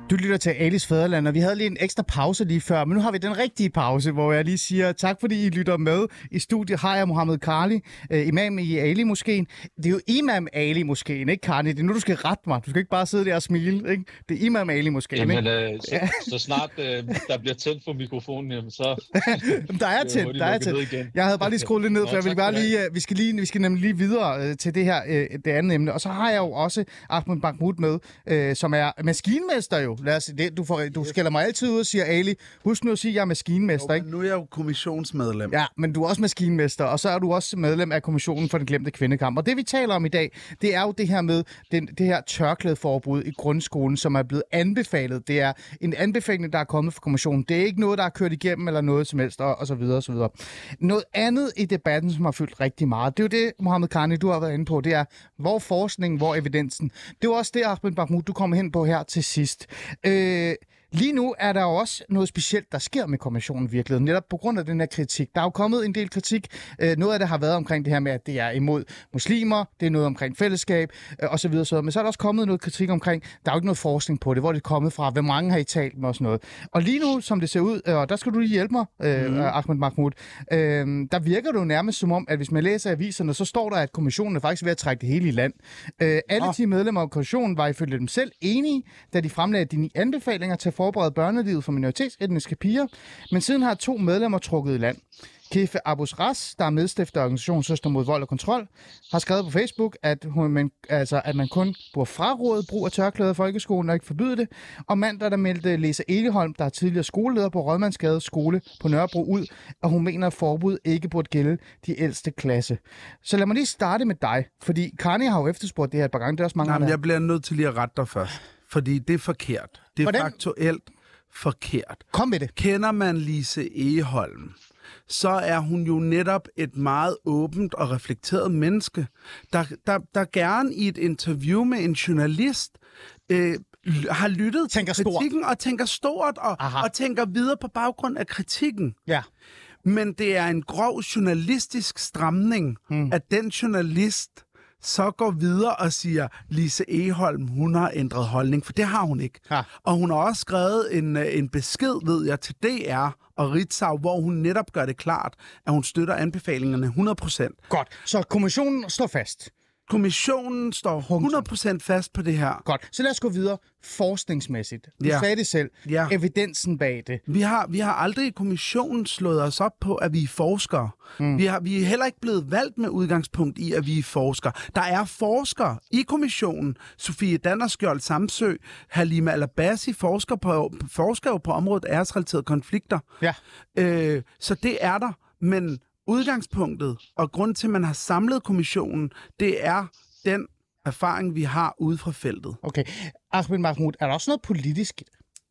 Du lytter til Alis Fædreland, og vi havde lige en ekstra pause lige før, men nu har vi den rigtige pause, hvor jeg lige siger tak, fordi I lytter med. I studiet har jeg Mohammed Karli, øh, imam i Ali-moskeen. Det er jo Imam Ali-moskeen, ikke Karli? Det er nu, du skal rette mig. Du skal ikke bare sidde der og smile, ikke? Det er Imam Ali-moskeen, Jamen, ikke? øh, så, så snart øh, der bliver tændt for mikrofonen, jamen, så... der er tændt, der er tændt. Jeg havde bare lige skruet lidt ned, for jeg vil bare lige, vi skal lige, vi skal nemlig lige videre øh, til det her, øh, det andet emne. Og så har jeg jo også Ahmed Mahmoud med, øh, som er maskinmester jo. Lad os, det, du, får, du skælder mig altid ud og siger, Ali, husk nu at sige, at jeg er maskinmester, ikke? Nu er jeg jo kommissionsmedlem. Ja, men du er også maskinmester, og så er du også medlem af Kommissionen for den glemte kvindekamp. Og det, vi taler om i dag, det er jo det her med den, det her tørklædeforbud i grundskolen, som er blevet anbefalet. Det er en anbefaling, der er kommet fra kommissionen. Det er ikke noget, der er kørt igennem eller noget som helst, og, og så videre, og så videre. Noget andet i debatten, som har fyldt rigtig meget, det er jo det, Mohammed Karli, du har været inde på, det er, hvor forskningen, hvor evidensen. Det er jo også det, Ahmed Mahmoud, du kommer hen på her til sidst. Øh, Lige nu er der jo også noget specielt, der sker med kommissionen virkelig, netop på grund af den her kritik. Der er jo kommet en del kritik. Noget af det har været omkring det her med, at det er imod muslimer, det er noget omkring fællesskab osv. osv. Men så er der også kommet noget kritik omkring, der er jo ikke noget forskning på det, hvor det er kommet fra, hvor mange har I talt med og sådan noget. Og lige nu, som det ser ud, og der skal du lige hjælpe mig, mm. Ahmed Mahmoud, der virker det jo nærmest som om, at hvis man læser aviserne, så står der, at kommissionen er faktisk ved at trække det hele i land. Alle oh. ti medlemmer af kommissionen var ifølge dem selv enige, da de fremlagde de ni anbefalinger til forberede børnelivet for minoritetsetniske piger, men siden har to medlemmer trukket i land. Kefe Abus Ras, der er medstifter af organisationen Søster mod vold og kontrol, har skrevet på Facebook, at, hun, man, altså, at man kun burde fraråde brug af tørklæder i folkeskolen og ikke forbyde det. Og mandag der meldte Lisa Egeholm, der er tidligere skoleleder på Rådmandsgade skole på Nørrebro ud, og hun mener, at forbud ikke burde gælde de ældste klasse. Så lad mig lige starte med dig, fordi Karli har jo efterspurgt det her et par gange. Det er også mange Jamen, jeg bliver nødt til lige at rette dig først, fordi det er forkert. Det er Hvordan? faktuelt forkert. Kom med det. Kender man Lise Egeholm, så er hun jo netop et meget åbent og reflekteret menneske, der, der, der gerne i et interview med en journalist øh, har lyttet tænker til kritikken stort. og tænker stort og, og tænker videre på baggrund af kritikken. Ja. Men det er en grov journalistisk stramning, hmm. at den journalist så går videre og siger, Lise Egeholm, hun har ændret holdning, for det har hun ikke. Ja. Og hun har også skrevet en, en besked, ved jeg, til D R og Ritzau, hvor hun netop gør det klart, at hun støtter anbefalingerne hundrede procent. Godt, så kommissionen står fast. Kommissionen står hundrede procent fast på det her. Godt, så lad os gå videre forskningsmæssigt. Du ja. sagde det selv. Ja. Evidensen bag det. Vi har, vi har aldrig i kommissionen slået os op på, at vi er forskere. Mm. Vi, har, vi er heller ikke blevet valgt med udgangspunkt i, at vi er forskere. Der er forskere i kommissionen. Sofie Dannerskjold Samsø, Halima Al-Abbasi forsker, på, forsker jo på området æresrelaterede konflikter. Ja. Øh, så det er der, men udgangspunktet og grund til, at man har samlet kommissionen, det er den erfaring, vi har ude fra feltet. Okay. Ahmed Mahmoud, er der også noget politisk?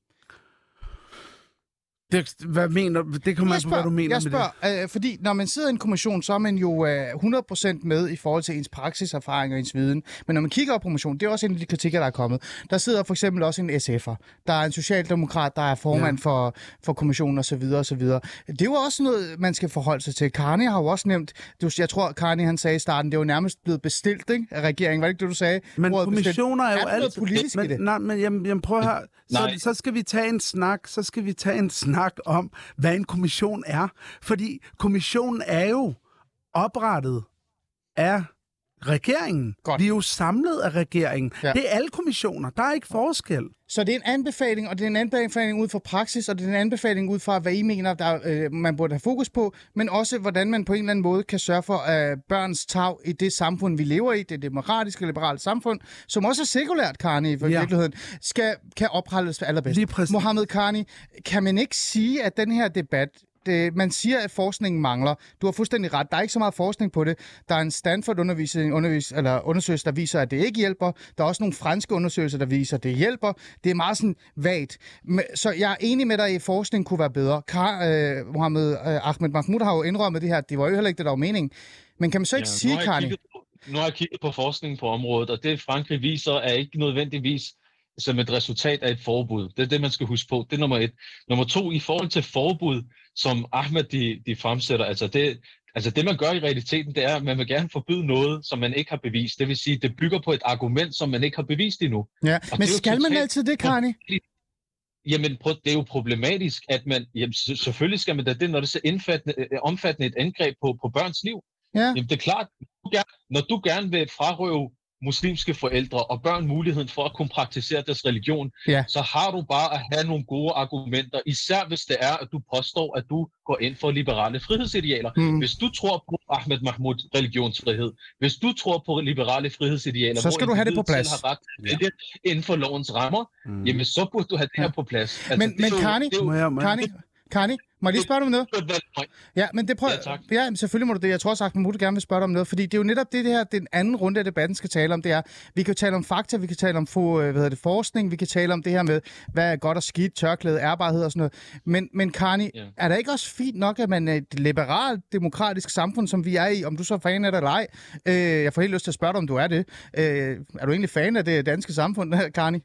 Det, hvad mener du? Det kommer an på, hvad du mener jeg spørger, med det. Øh, fordi når man sidder i en kommission, så er man jo øh, hundrede procent med i forhold til ens praksiserfaring og ens viden. Men når man kigger på kommissionen, det er også en af de kritikker, der er kommet. Der sidder for eksempel også en S F'er. Der er en socialdemokrat, der er formand ja. for, for kommissionen osv. osv. Det er jo også noget, man skal forholde sig til. Karli har jo også nævnt, du, jeg tror, Karli han sagde i starten, det er jo nærmest blevet bestilt, ikke, af regeringen. Var det ikke det, du sagde? Men kommissioner er jo altid... noget politisk men, i det? Nej, men jamen, jamen, prøv her. Så, så skal vi tage en snak, så skal vi tage en snak om, hvad en kommission er. Fordi kommissionen er jo oprettet af regeringen. Godt. Vi er jo samlet af regeringen. Ja. Det er alle kommissioner. Der er ikke forskel. Så det er en anbefaling, og det er en anbefaling ud fra praksis, og det er en anbefaling ud fra, hvad I mener, der, øh, man burde have fokus på, men også, hvordan man på en eller anden måde kan sørge for øh, børns tag i det samfund, vi lever i, det demokratiske, liberale samfund, som også er sekulært, Karli, i ja. virkeligheden, skal, kan opretholdes allerbedst. Mohammed Karli, kan man ikke sige, at den her debat, det, man siger, at forskningen mangler. Du har fuldstændig ret. Der er ikke så meget forskning på det. Der er en Stanford-undervisning, undervis, eller undersøgelse, der viser, at det ikke hjælper. Der er også nogle franske undersøgelser, der viser, at det hjælper. Det er meget sådan vagt. Så jeg er enig med dig, at forskning kunne være bedre. Kar, øh, Mohammed øh, Ahmed Mahmoud har jo indrømmet det her. Det var jo heller ikke det, der var meningen. Men kan man så ikke ja, sige, Karli? Nu har jeg kigget på forskningen på området, og det Frankrig viser, er ikke nødvendigvis som et resultat af et forbud. Det er det, man skal huske på. Det er nummer et. Nummer to, i forhold til forbud, som Ahmed de, de fremsætter, altså det, altså det, man gør i realiteten, det er, at man vil gerne forbyde noget, som man ikke har bevist. Det vil sige, det bygger på et argument, som man ikke har bevist endnu. Ja, men skal man altid det, Karli? Jamen, det er jo problematisk, at man, jamen, selvfølgelig skal man da det, når det er så indfattende, omfattende et angreb på, på børns liv. Ja. Jamen, det er klart, når du gerne vil frarøve muslimske forældre og børn muligheden for at kunne praktisere deres religion, ja. så har du bare at have nogle gode argumenter, især hvis det er, at du påstår, at du går ind for liberale frihedsidealer. Mm. Hvis du tror på Ahmed Mahmoud religionsfrihed, hvis du tror på liberale frihedsidealer, så skal du have det på plads. Har ret til det inden for lovens rammer, mm. jamen så burde du have det her på plads. Altså, men men Karni, Karni, Karni, må jeg lige spørge dig om noget? Ja, men det prøver ja, ja, selvfølgelig må du det. Jeg tror også, at Mahmoud gerne vil spørge dig om noget, fordi det er jo netop det, det her, den anden runde af debatten skal tale om, det er, vi kan tale om fakta, vi kan tale om få, hvad hedder det, forskning, vi kan tale om det her med, hvad er godt og skidt, tørklæde, ærbarhed og sådan noget. Men, men Karni, ja. er der ikke også fint nok, at man er et liberalt, demokratisk samfund, som vi er i, om du så er fan af det eller ej? Øh, jeg får helt lyst til at spørge dig, om du er det. Øh, er du egentlig fan af det danske samfund, Karni?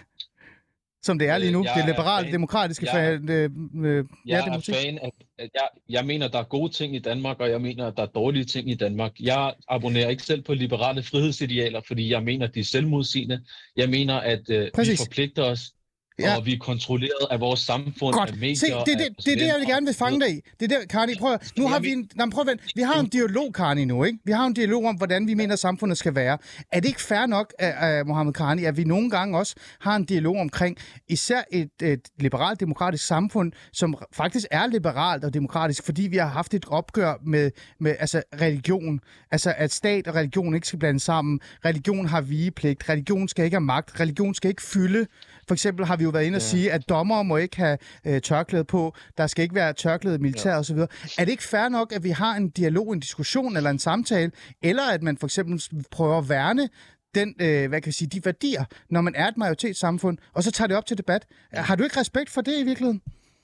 Som det er lige nu, jeg det liberale, demokratiske jeg, fa- øh, øh, jeg ja, er fan af, at jeg, jeg mener, der er gode ting i Danmark, og jeg mener, at der er dårlige ting i Danmark. Jeg abonnerer ikke selv på liberale frihedsidealer, fordi jeg mener, at de er selvmodsigende. Jeg mener, at øh, vi forpligter os, ja. og vi er kontrolleret af vores samfund, Godt. af medier. Se, det er det, det, det, det, jeg vil gerne vil fange dig i. Det er det, Karni, prøv at, nu har vi en, nej, prøv at vente. Vi har en dialog, Karni, nu, ikke? Vi har en dialog om, hvordan vi mener, samfundet skal være. Er det ikke fair nok, uh, Mohammed Karni, at vi nogle gange også har en dialog omkring især et, et liberalt, demokratisk samfund, som faktisk er liberalt og demokratisk, fordi vi har haft et opgør med, med altså, religion. Altså, at stat og religion ikke skal blande sammen. Religion har vigepligt. Religion skal ikke have magt. Religion skal ikke fylde. For eksempel har vi jo været inde og sige, at dommere må ikke have øh, tørklæde på, der skal ikke være tørklæde militær ja. osv. Er det ikke fair nok, at vi har en dialog, en diskussion eller en samtale, eller at man for eksempel prøver at værne den, øh, hvad kan jeg sige, de værdier, når man er et majoritetssamfund, og så tager det op til debat? Har du ikke respekt for det i virkeligheden?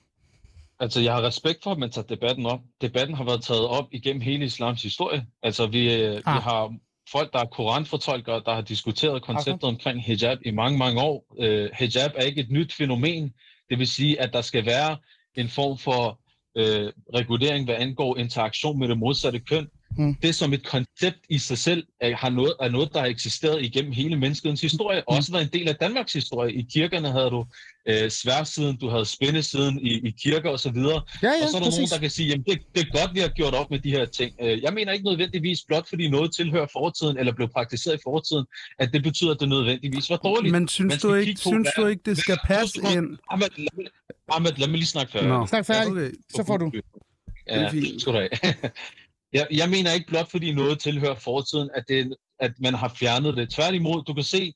Altså, jeg har respekt for, at man tager debatten op. Debatten har været taget op igennem hele islams historie. Altså, vi, øh, ah. vi har folk, der er koranfortolkere, der har diskuteret konceptet okay. omkring hijab i mange, mange år. Uh, hijab er ikke et nyt fænomen. Det vil sige, at der skal være en form for uh, regulering, hvad angår interaktion med det modsatte køn. Mm. Det som et koncept i sig selv er, har noget, er noget, der har eksisteret igennem hele menneskets historie, og mm. også været en del af Danmarks historie. I kirkerne havde du øh, sværdesiden, du havde spændesiden i, i kirker og så videre. Ja, ja, og så er der præcis. nogen, der kan sige, at det, det er godt, vi har gjort op med de her ting. Jeg mener ikke nødvendigvis blot, fordi noget tilhører fortiden, eller blev praktiseret i fortiden, at det betyder, at det nødvendigvis var dårligt. Men synes, du ikke, på, synes du ikke, det skal passe ind? Ahmed, lad, Ahmed, lad mig lige snakke færdig. No. Snak færdig, okay. Så får du. Ja, skal du have. Jeg, jeg mener ikke blot, fordi noget tilhører fortiden, at, det, at man har fjernet det. Tværtimod, du kan se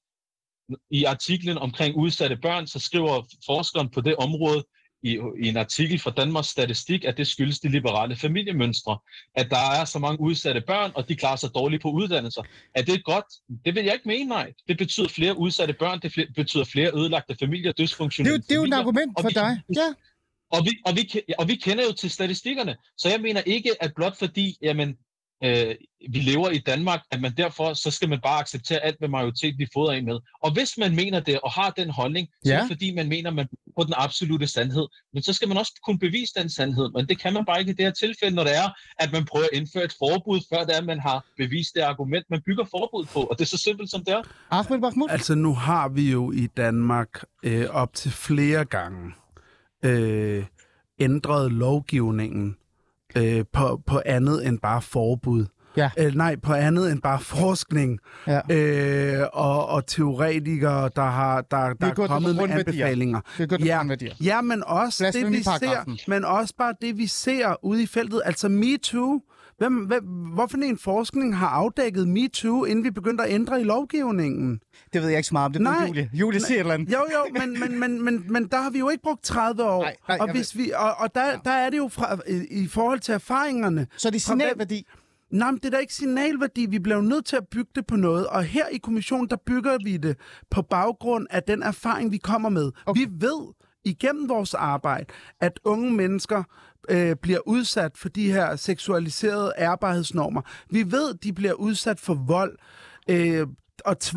i artiklen omkring udsatte børn, så skriver forskeren på det område i, i en artikel fra Danmarks Statistik, at det skyldes de liberale familiemønstre. At der er så mange udsatte børn, og de klarer sig dårligt på uddannelser. Er det godt? Det vil jeg ikke mene, nej. Det betyder flere udsatte børn, det betyder flere ødelagte familier, dysfunktionelle familier. Det er jo, det er jo et argument for dig. Ja. Og vi, og, vi, og vi kender jo til statistikkerne, så jeg mener ikke, at blot fordi jamen, øh, vi lever i Danmark, at man derfor, så skal man bare acceptere alt, hvad majoritet vi fodrer ind med. Og hvis man mener det, og har den holdning, så ja. er det fordi, man mener, man på den absolute sandhed. Men så skal man også kunne bevise den sandhed, men det kan man bare ikke i det her tilfælde, når det er, at man prøver at indføre et forbud, før det er, at man har bevist det argument, man bygger forbud på, og det er så simpelt som det er. Ahmed Mahmoud? Altså, nu har vi jo i Danmark øh, op til flere gange Øh, ændret lovgivningen øh, på, på andet end bare forbud. Ja. Øh, nej, på andet end bare forskning. Ja. Øh, og, og teoretikere, der har der, der er kommet med anbefalinger. Ja, ja, men også det, vi ser, men også bare det, vi ser ude i feltet. Altså MeToo. Hvem, hvem, hvorfor en forskning har afdækket MeToo, inden vi begyndte at ændre i lovgivningen? Det ved jeg ikke så meget om. Det er Julie. Julie siger et eller andet. Jo, jo, men, men, men, men, men der har vi jo ikke brugt tredive år. Nej, nej, og hvis vi, og, og der, der er det jo fra, i, i forhold til erfaringerne. Så det er signalværdi? Nej, men det er da ikke signalværdi. Vi bliver nødt til at bygge det på noget. Og her i kommissionen, der bygger vi det på baggrund af den erfaring, vi kommer med. Okay. Vi ved igennem vores arbejde, at unge mennesker øh, bliver udsat for de her seksualiserede ærbarhedsnormer. Vi ved, de bliver udsat for vold øh, og tvang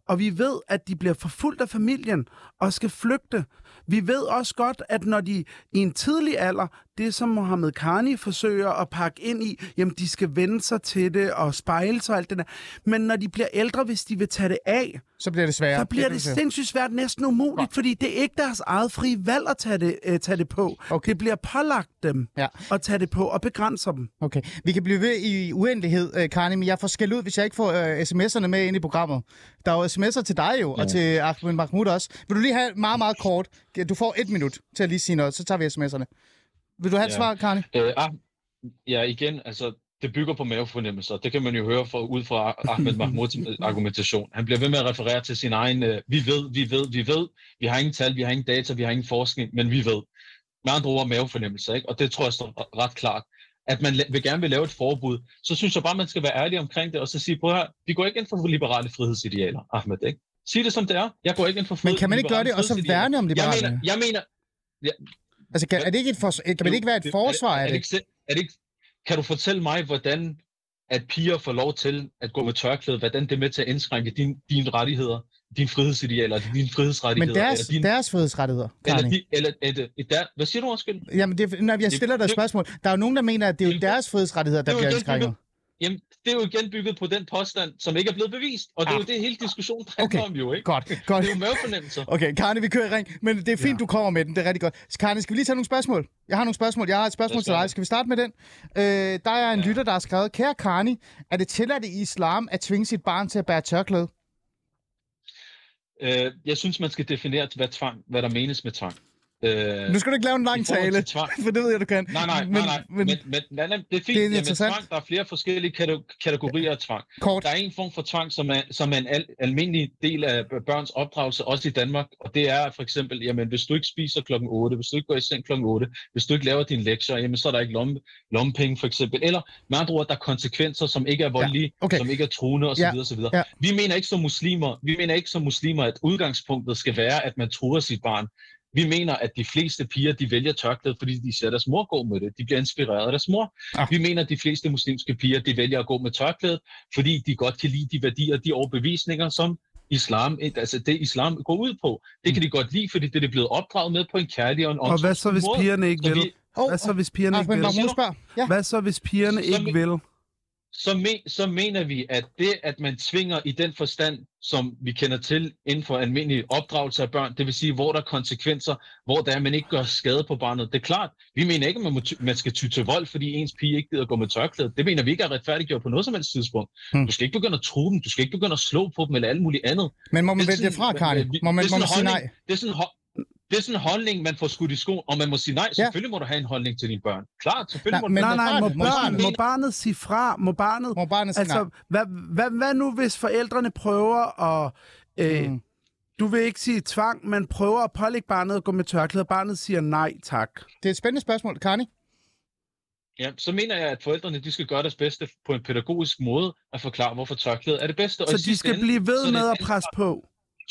og vi ved, at de bliver forfulgt af familien og skal flygte. Vi ved også godt, at når de i en tidlig alder, det som Mohammed Karni forsøger at pakke ind i, jamen de skal vende sig til det og spejle sig og alt det der. Men når de bliver ældre, hvis de vil tage det af, så bliver det svært. Så bliver det, det sindssygt svært, næsten umuligt, ja. Fordi det er ikke deres eget frie valg at tage det, uh, tage det på. Okay. Det bliver pålagt dem ja. At tage det på og begrænser dem. Okay. Vi kan blive ved i uendelighed, Karni, men jeg får skæld ud, hvis jeg ikke får uh, sms'erne med ind i programmet. Der er jo sms'er til dig jo, ja. Og til Ahmed Mahmoud også. Vil du lige have meget, meget kort? Du får et minut til at lige sige noget, så tager vi sms'erne. Vil du have et ja. Svar, Karni? Øh, ah, ja, igen, altså, det bygger på mavefornemmelser. Det kan man jo høre fra, ud fra Ahmed Mahmouds argumentation. Han bliver ved med at referere til sin egen, øh, vi ved, vi ved, vi ved, vi har ingen tal, vi har ingen data, vi har ingen forskning, men vi ved. Med andre ord mavefornemmelser, ikke? Og det tror jeg står ret klart. At man vil gerne vil lave et forbud, så synes jeg bare, man skal være ærlig omkring det, og så sige, prøv her, vi går ikke ind for liberale frihedsidealer, Ahmed, ikke? Sig det som det er. Jeg går ikke ind for frihed. Men kan man ikke gøre det, og så værne om liberale? Jeg mener, jeg mener... Ja, altså, kan, er det ikke et for, kan man ikke være et forsvar af det? Er det, ikke, er det ikke, kan du fortælle mig, hvordan at piger får lov til at gå med tørklæde, hvordan det er med til at indskrænke dine din rettigheder, dine frihedsidealer, dine frihedsrettigheder? Men deres, din, deres frihedsrettigheder, eller, de, eller er det, er der, hvad siger du, undskyld? Jamen, det, når jeg stiller dig et spørgsmål. Der er jo nogen, der mener, at det er jo deres frihedsrettigheder, der bliver indskrænket. Jamen, det er jo igen bygget på den påstand, som ikke er blevet bevist. Og det er ah. jo det, hele diskussionen handler okay. om jo, ikke? Godt, godt. Det er jo mavefornemmelser. Okay, Karni, vi kører i ring. Men det er fint, ja. Du kommer med den. Det er rigtig godt. Karni, skal vi lige tage nogle spørgsmål? Jeg har nogle spørgsmål. Jeg har et spørgsmål til dig. Skal vi starte med den? Øh, der er en ja. lytter, der har skrevet, kære Karni, er det tilladt i islam at tvinge sit barn til at bære tørklæde? Øh, jeg synes, man skal definere, hvad, tvang, hvad der menes med tvang. Øh, nu skal du ikke lave en lang tale, for det ved jeg, du kan. Nej, nej, men, nej, nej. Men, men, men, nej, nej, det er fint. Det er Jamen, tvang, der er flere forskellige kategorier af tvang. Kort. Der er en form for tvang, som er, som er en al, almindelig del af børns opdragelse, også i Danmark. Og det er for eksempel, jamen, hvis du ikke spiser klokken otte, hvis du ikke går i seng klokken otte, hvis du ikke laver dine lektier, jamen, så er der ikke lomme, lommepenge for eksempel. Eller med andre ord, der er konsekvenser, som ikke er voldelige, ja. Okay. Som ikke er truende osv. Ja. osv. Ja. Vi mener ikke som muslimer, vi mener ikke som muslimer, at udgangspunktet skal være, at man truer sit barn. Vi mener, at de fleste piger, de vælger tørklæde, fordi de ser deres mor gå med det. De bliver inspireret af deres mor. Ah. Vi mener, at de fleste muslimske piger, de vælger at gå med tørklæde, fordi de godt kan lide de værdier, de overbevisninger, som islam, altså det islam går ud på. Det kan de godt lide, fordi det er blevet opdraget med på en kærlig og en omsorgsfuld måde. Og hvad så, hvis pigerne ikke vil? Vi... Hvad så, hvis pigerne oh, ikke vil? Ja. Hvad så, hvis pigerne ikke vil? Så, me, så mener vi, at det, at man tvinger i den forstand, som vi kender til inden for almindelig opdragelse af børn, det vil sige, hvor der er konsekvenser, hvor der er, man ikke gør skade på barnet. Det er klart, vi mener ikke, at man, må ty- man skal ty til vold, fordi ens pige ikke gider at gå med tørklæde. Det mener vi ikke er retfærdiggjort på noget som helst tidspunkt. Hmm. Du skal ikke begynde at true dem, du skal ikke begynde at slå på dem eller alt muligt andet. Men må man vælge det fra, Karni? Må man, må man sige nej? Det er sådan Det er sådan en holdning, man får skudt i skoen, og man må sige nej. Selvfølgelig ja. Må du have en holdning til dine børn. Klart, selvfølgelig nej, må du... Nej, nej, må, må, barnet, må barnet sige fra? Må barnet... Må barnet sige altså, nej? Hvad, hvad, hvad nu, hvis forældrene prøver at... Øh, mm. Du vil ikke sige tvang, men prøver at pålægge barnet at gå med tørklæde, og barnet siger nej, tak. Det er et spændende spørgsmål, Karni. Ja, så mener jeg, at forældrene de skal gøre deres bedste på en pædagogisk måde at forklare, hvorfor tørklæde er det bedste. Så de skal ende, blive ved med at presse på?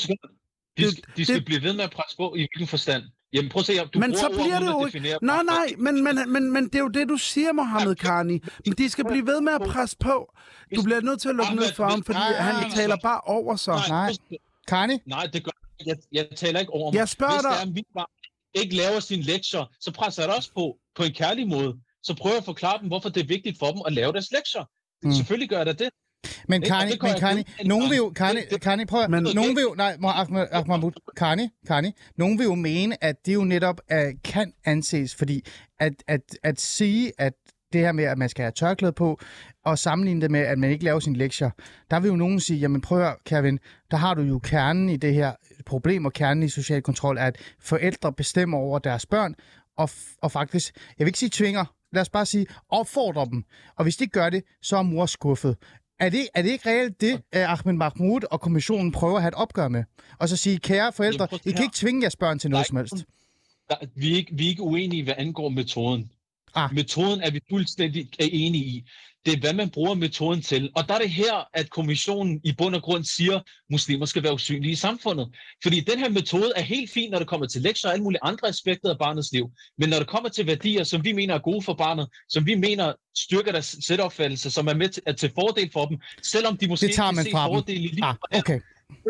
De, skal, de skal det, blive ved med at presse på i hvilken forstand? Jamen prøv at se, du men så bliver det jo ikke... Nej, nej, men, men, men, men det er jo det, du siger, Mohammed Karni. Men de skal blive ved med at presse på. Du bliver nødt til at lukke ned for ham, fordi han taler bare over sig. Nej, Karni? Nej, det gør jeg. Jeg taler ikke over mig. Jeg spørger dig... Hvis det er, at mit barn ikke laver sine lektier, så presser jeg det også på, på en kærlig måde. Så prøver jeg at forklare dem, hvorfor det er vigtigt for dem at lave deres lektier. Mm. Selvfølgelig gør jeg da det. Men Karni, men Karni, nogen vil jo, Karni, Karni, prøv at, nogen vil jo, nej, Ahmed, Karni, Karni, nogen vil jo mene, at det jo netop uh, kan anses, fordi at, at, at sige, at det her med, at man skal have tørklæde på, og sammenligne det med, at man ikke laver sine lektier, der vil jo nogen sige, jamen prøv at, kære ven, der har du jo kernen i det her problem, og kernen i social kontrol, at forældre bestemmer over deres børn, og, og faktisk, jeg vil ikke sige tvinger, lad os bare sige, opfordrer dem, og hvis de ikke gør det, så er mor skuffet. Er det, er det ikke reelt det, at Ahmed Mahmoud og kommissionen prøver at have et opgør med? Og så sige, kære forældre, I kan ikke tvinge jeres børn til noget som helst. Der, vi, er ikke, vi er ikke uenige, hvad angår metoden. Ah. Metoden er vi fuldstændig enige i. Det er, hvad man bruger metoden til. Og der er det her, at kommissionen i bund og grund siger, at muslimer skal være usynlige i samfundet. Fordi den her metode er helt fin, når det kommer til lektier og alle mulige andre aspekter af barnets liv. Men når det kommer til værdier, som vi mener er gode for barnet, som vi mener styrker deres selvopfattelse, som er med til, er til fordel for dem, selvom de måske ikke kan se fordel i livet. Ah, okay. Det,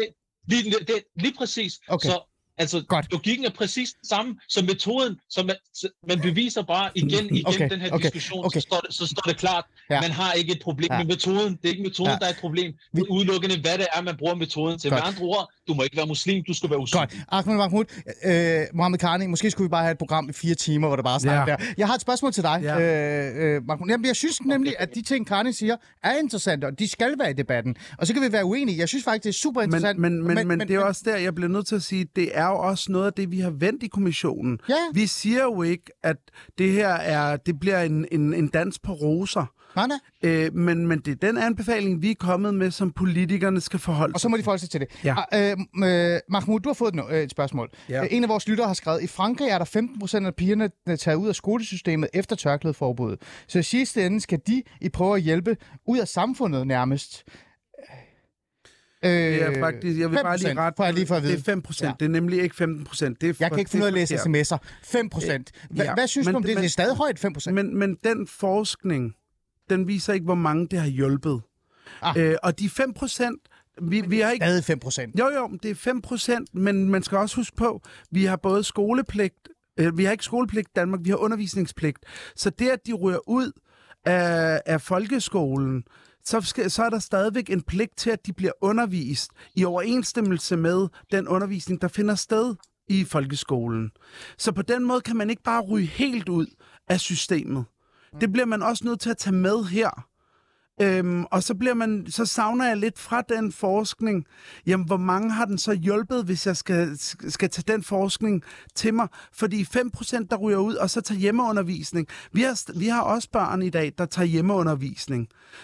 Lige, det, lige præcis. Okay. Så altså, Godt. logikken er præcis den samme som metoden, som man, man beviser bare igen igen okay. den her okay. diskussion, okay. Så, står det, så står det klart, ja. Man har ikke et problem ja. med metoden. Det er ikke metoden, ja. der er et problem. Det er udelukkende, hvad det er, man bruger metoden til. Godt. Med andre ord, du må ikke være muslim, du skal være usynlig. Godt. Ahmed Mahmoud, øh, Mohammed Karni, måske skulle vi bare have et program i fire timer, hvor der bare snakker ja. der. Jeg har et spørgsmål til dig, ja. øh, øh, Mahmoud. Jamen, jeg synes nemlig, okay. at de ting, Karni siger, er interessante, og de skal være i debatten. Og så kan vi være uenige. Jeg synes faktisk, det er super interessant. Men, men, men, men, men det er også der, jeg bliver nødt til at sige, det er jo også noget af det, vi har vendt i kommissionen. Ja. Vi siger jo ikke, at det her er, det bliver en, en, en dans på roser. Nej, nej. Øh, men, men det er den anbefaling, vi er kommet med, som politikerne skal forholde sig. Og så må de forholde sig til det. Ja. Ah, øh, øh, Mahmoud, du har fået et, øh, et spørgsmål. Ja. En af vores lyttere har skrevet, i Frankrig er der femten procent af pigerne, der tager ud af skolesystemet efter tørklædeforbuddet. Så i sidste ende skal de i prøve at hjælpe ud af samfundet nærmest. Øh, det er faktisk, jeg vil bare lige ret, jeg lige for at vide. Det er fem procent, ja. Det er nemlig ikke femten procent. Det er jeg kan ikke finde ud af at læse sms'er. fem procent. Hva, ja. Hvad synes men, du om det? Men, det er stadig højt, fem procent. Men, men den forskning, den viser ikke, hvor mange det har hjulpet. Ah. Øh, og de fem procent, vi, vi har ikke... Stadig fem procent. Jo, jo, det er fem procent, men man skal også huske på, vi har både skolepligt, øh, vi har ikke skolepligt i Danmark, vi har undervisningspligt. Så det, at de ryger ud af, af folkeskolen, Så, skal, så er der stadigvæk en pligt til, at de bliver undervist i overensstemmelse med den undervisning, der finder sted i folkeskolen. Så på den måde kan man ikke bare ryge helt ud af systemet. Det bliver man også nødt til at tage med her. Øhm, og så, bliver man, så savner jeg lidt fra den forskning. Jamen, hvor mange har den så hjulpet, hvis jeg skal, skal tage den forskning til mig? Fordi fem procent, der ryger ud, og så tager hjemmeundervisning. Vi har, vi har også børn i dag, der tager hjemmeundervisning.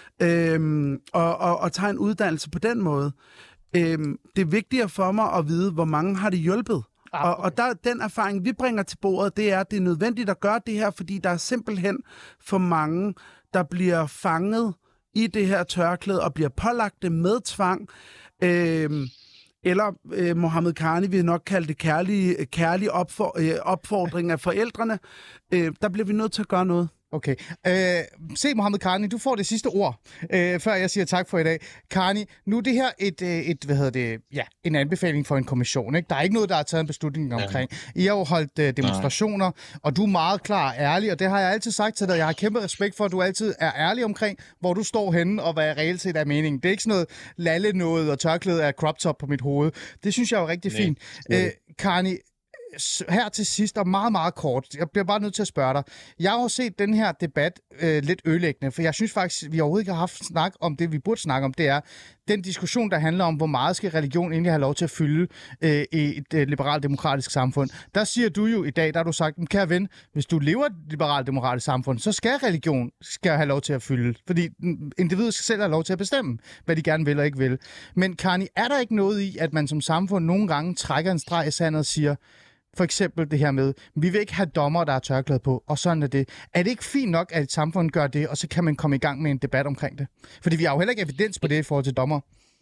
Øhm, og, og, og tager en uddannelse på den måde. Øhm, det er vigtigere for mig at vide, hvor mange har det hjulpet. Ah, okay. Og, og der, den erfaring, vi bringer til bordet, det er, at det er nødvendigt at gøre det her, fordi der er simpelthen for mange, der bliver fanget i det her tørklæde og bliver pålagt det med tvang. Øhm, eller øh, Mohammed Karni vil nok kalde det kærlige, kærlige opfor, øh, opfordring af forældrene. Øh, der bliver vi nødt til at gøre noget. Okay. Øh, se, Mohammed Karni, du får det sidste ord, øh, før jeg siger tak for i dag. Karni, nu er det her et, et hvad hedder det, ja, en anbefaling for en kommission, ikke? Der er ikke noget, der er taget en beslutning omkring. Ja. I har jo holdt øh, demonstrationer, Nej. og du er meget klar og ærlig, og det har jeg altid sagt til dig. Jeg har kæmpe respekt for, at du altid er ærlig omkring, hvor du står henne, og hvad reelt set er meningen. Det er ikke sådan noget lalle noget, og tørklæde af crop top på mit hoved. Det synes jeg er jo rigtig Nej. fint. Øh, Karni, her til sidst, og meget, meget kort. Jeg bliver bare nødt til at spørge dig. Jeg har jo set den her debat øh, lidt ødelæggende, for jeg synes faktisk, vi overhovedet ikke har haft snak om det, vi burde snakke om. Det er den diskussion, der handler om, hvor meget skal religion egentlig have lov til at fylde øh, i et øh, liberalt demokratisk samfund. Der siger du jo i dag, der har du sagt, kære ven, hvis du lever i et liberalt demokratisk samfund, så skal religion skal have lov til at fylde. Fordi individet skal selv have lov til at bestemme, hvad de gerne vil og ikke vil. Men Karni, er der ikke noget i, at man som samfund nogle gange trækker en streg i sandet og siger, for eksempel det her med, vi vil ikke have dommer, der er tørklæde på, og sådan er det. Er det ikke fint nok, at et samfund gør det, og så kan man komme i gang med en debat omkring det? Fordi vi har jo heller ikke evidens på det i forhold til dommer.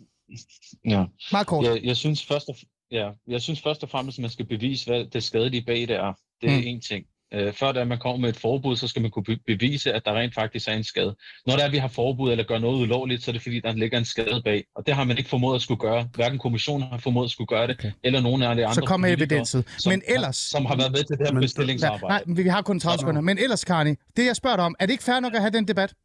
Ja. Meget kort. Jeg, jeg, synes først og, ja, jeg synes først og fremmest, at man skal bevise, hvad det skadelige bag det er. Det er mm. én ting. Øh, før da man kommer med et forbud, så skal man kunne bevise, at der rent faktisk er en skade. Når der er, vi har forbud eller gør noget ulovligt, så er det fordi, der ligger en skade bag. Og det har man ikke formået at skulle gøre. Hverken kommissionen har formået at skulle gøre det, okay. eller nogen af de andre. Så kommer evidenset. Som, men ellers... Som har været med til det her bestillingsarbejde. Ja, nej, vi har kun tredive sekunder. Men ellers, Karni, det jeg spørger dig om, er det ikke fair nok at have den debat?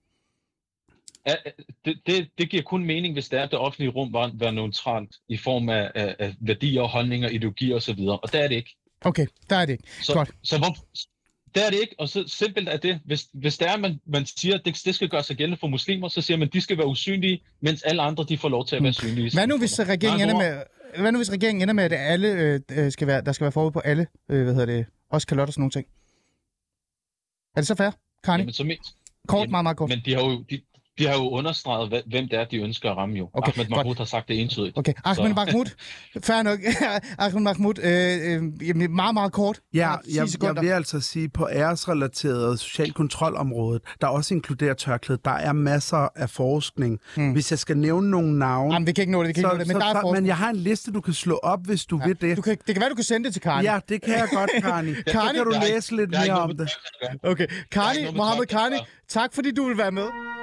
Ja, det, det, det giver kun mening, hvis det er, at det offentlige rum var, var neutralt i form af, af, af værdier, holdninger, ideologier osv. Og der er det ikke. Okay, der er det ikke. Så, Godt. Så hvor... Det er det ikke, og så simpelt er det. Hvis, hvis det er, man, man siger, at det, det skal gøre sig gældende for muslimer, så siger man, at de skal være usynlige, mens alle andre de får lov til at være synlige. Hvad nu, hvis regeringen ender med, hvad nu, hvis regeringen ender med, at alle, øh, skal være, der skal være forbud på alle, øh, hvad hedder det, også kalotter og sådan nogle ting? Er det så fair, Karni? Jamen, så mit, kort, jamen, meget, meget kort. Men de har jo... De, De har jo understreget, hvem det er, de ønsker at ramme jo. Okay, Ahmed Mahmoud har sagt det entydigt. Okay, Ahmed Mahmoud, fair nok. Ahmed Mahmoud, øh, øh, meget, meget kort. Ja, jeg, jeg vil altså sige, på æresrelateret social kontrolområdet, der også inkluderer tørklæde, der er masser af forskning. Hmm. Hvis jeg skal nævne nogle navne... Jamen, vi kan ikke nå det, vi kan så, ikke nå det, men så, der er forskning. Men jeg har en liste, du kan slå op, hvis du ja, vil det. Du kan, det kan være, du kan sende det til Karni. Ja, det kan jeg godt, Karni. Karni, kan du læse lidt mere om det. Okay, Karni, Mohammed Karni, tak fordi du vil være med.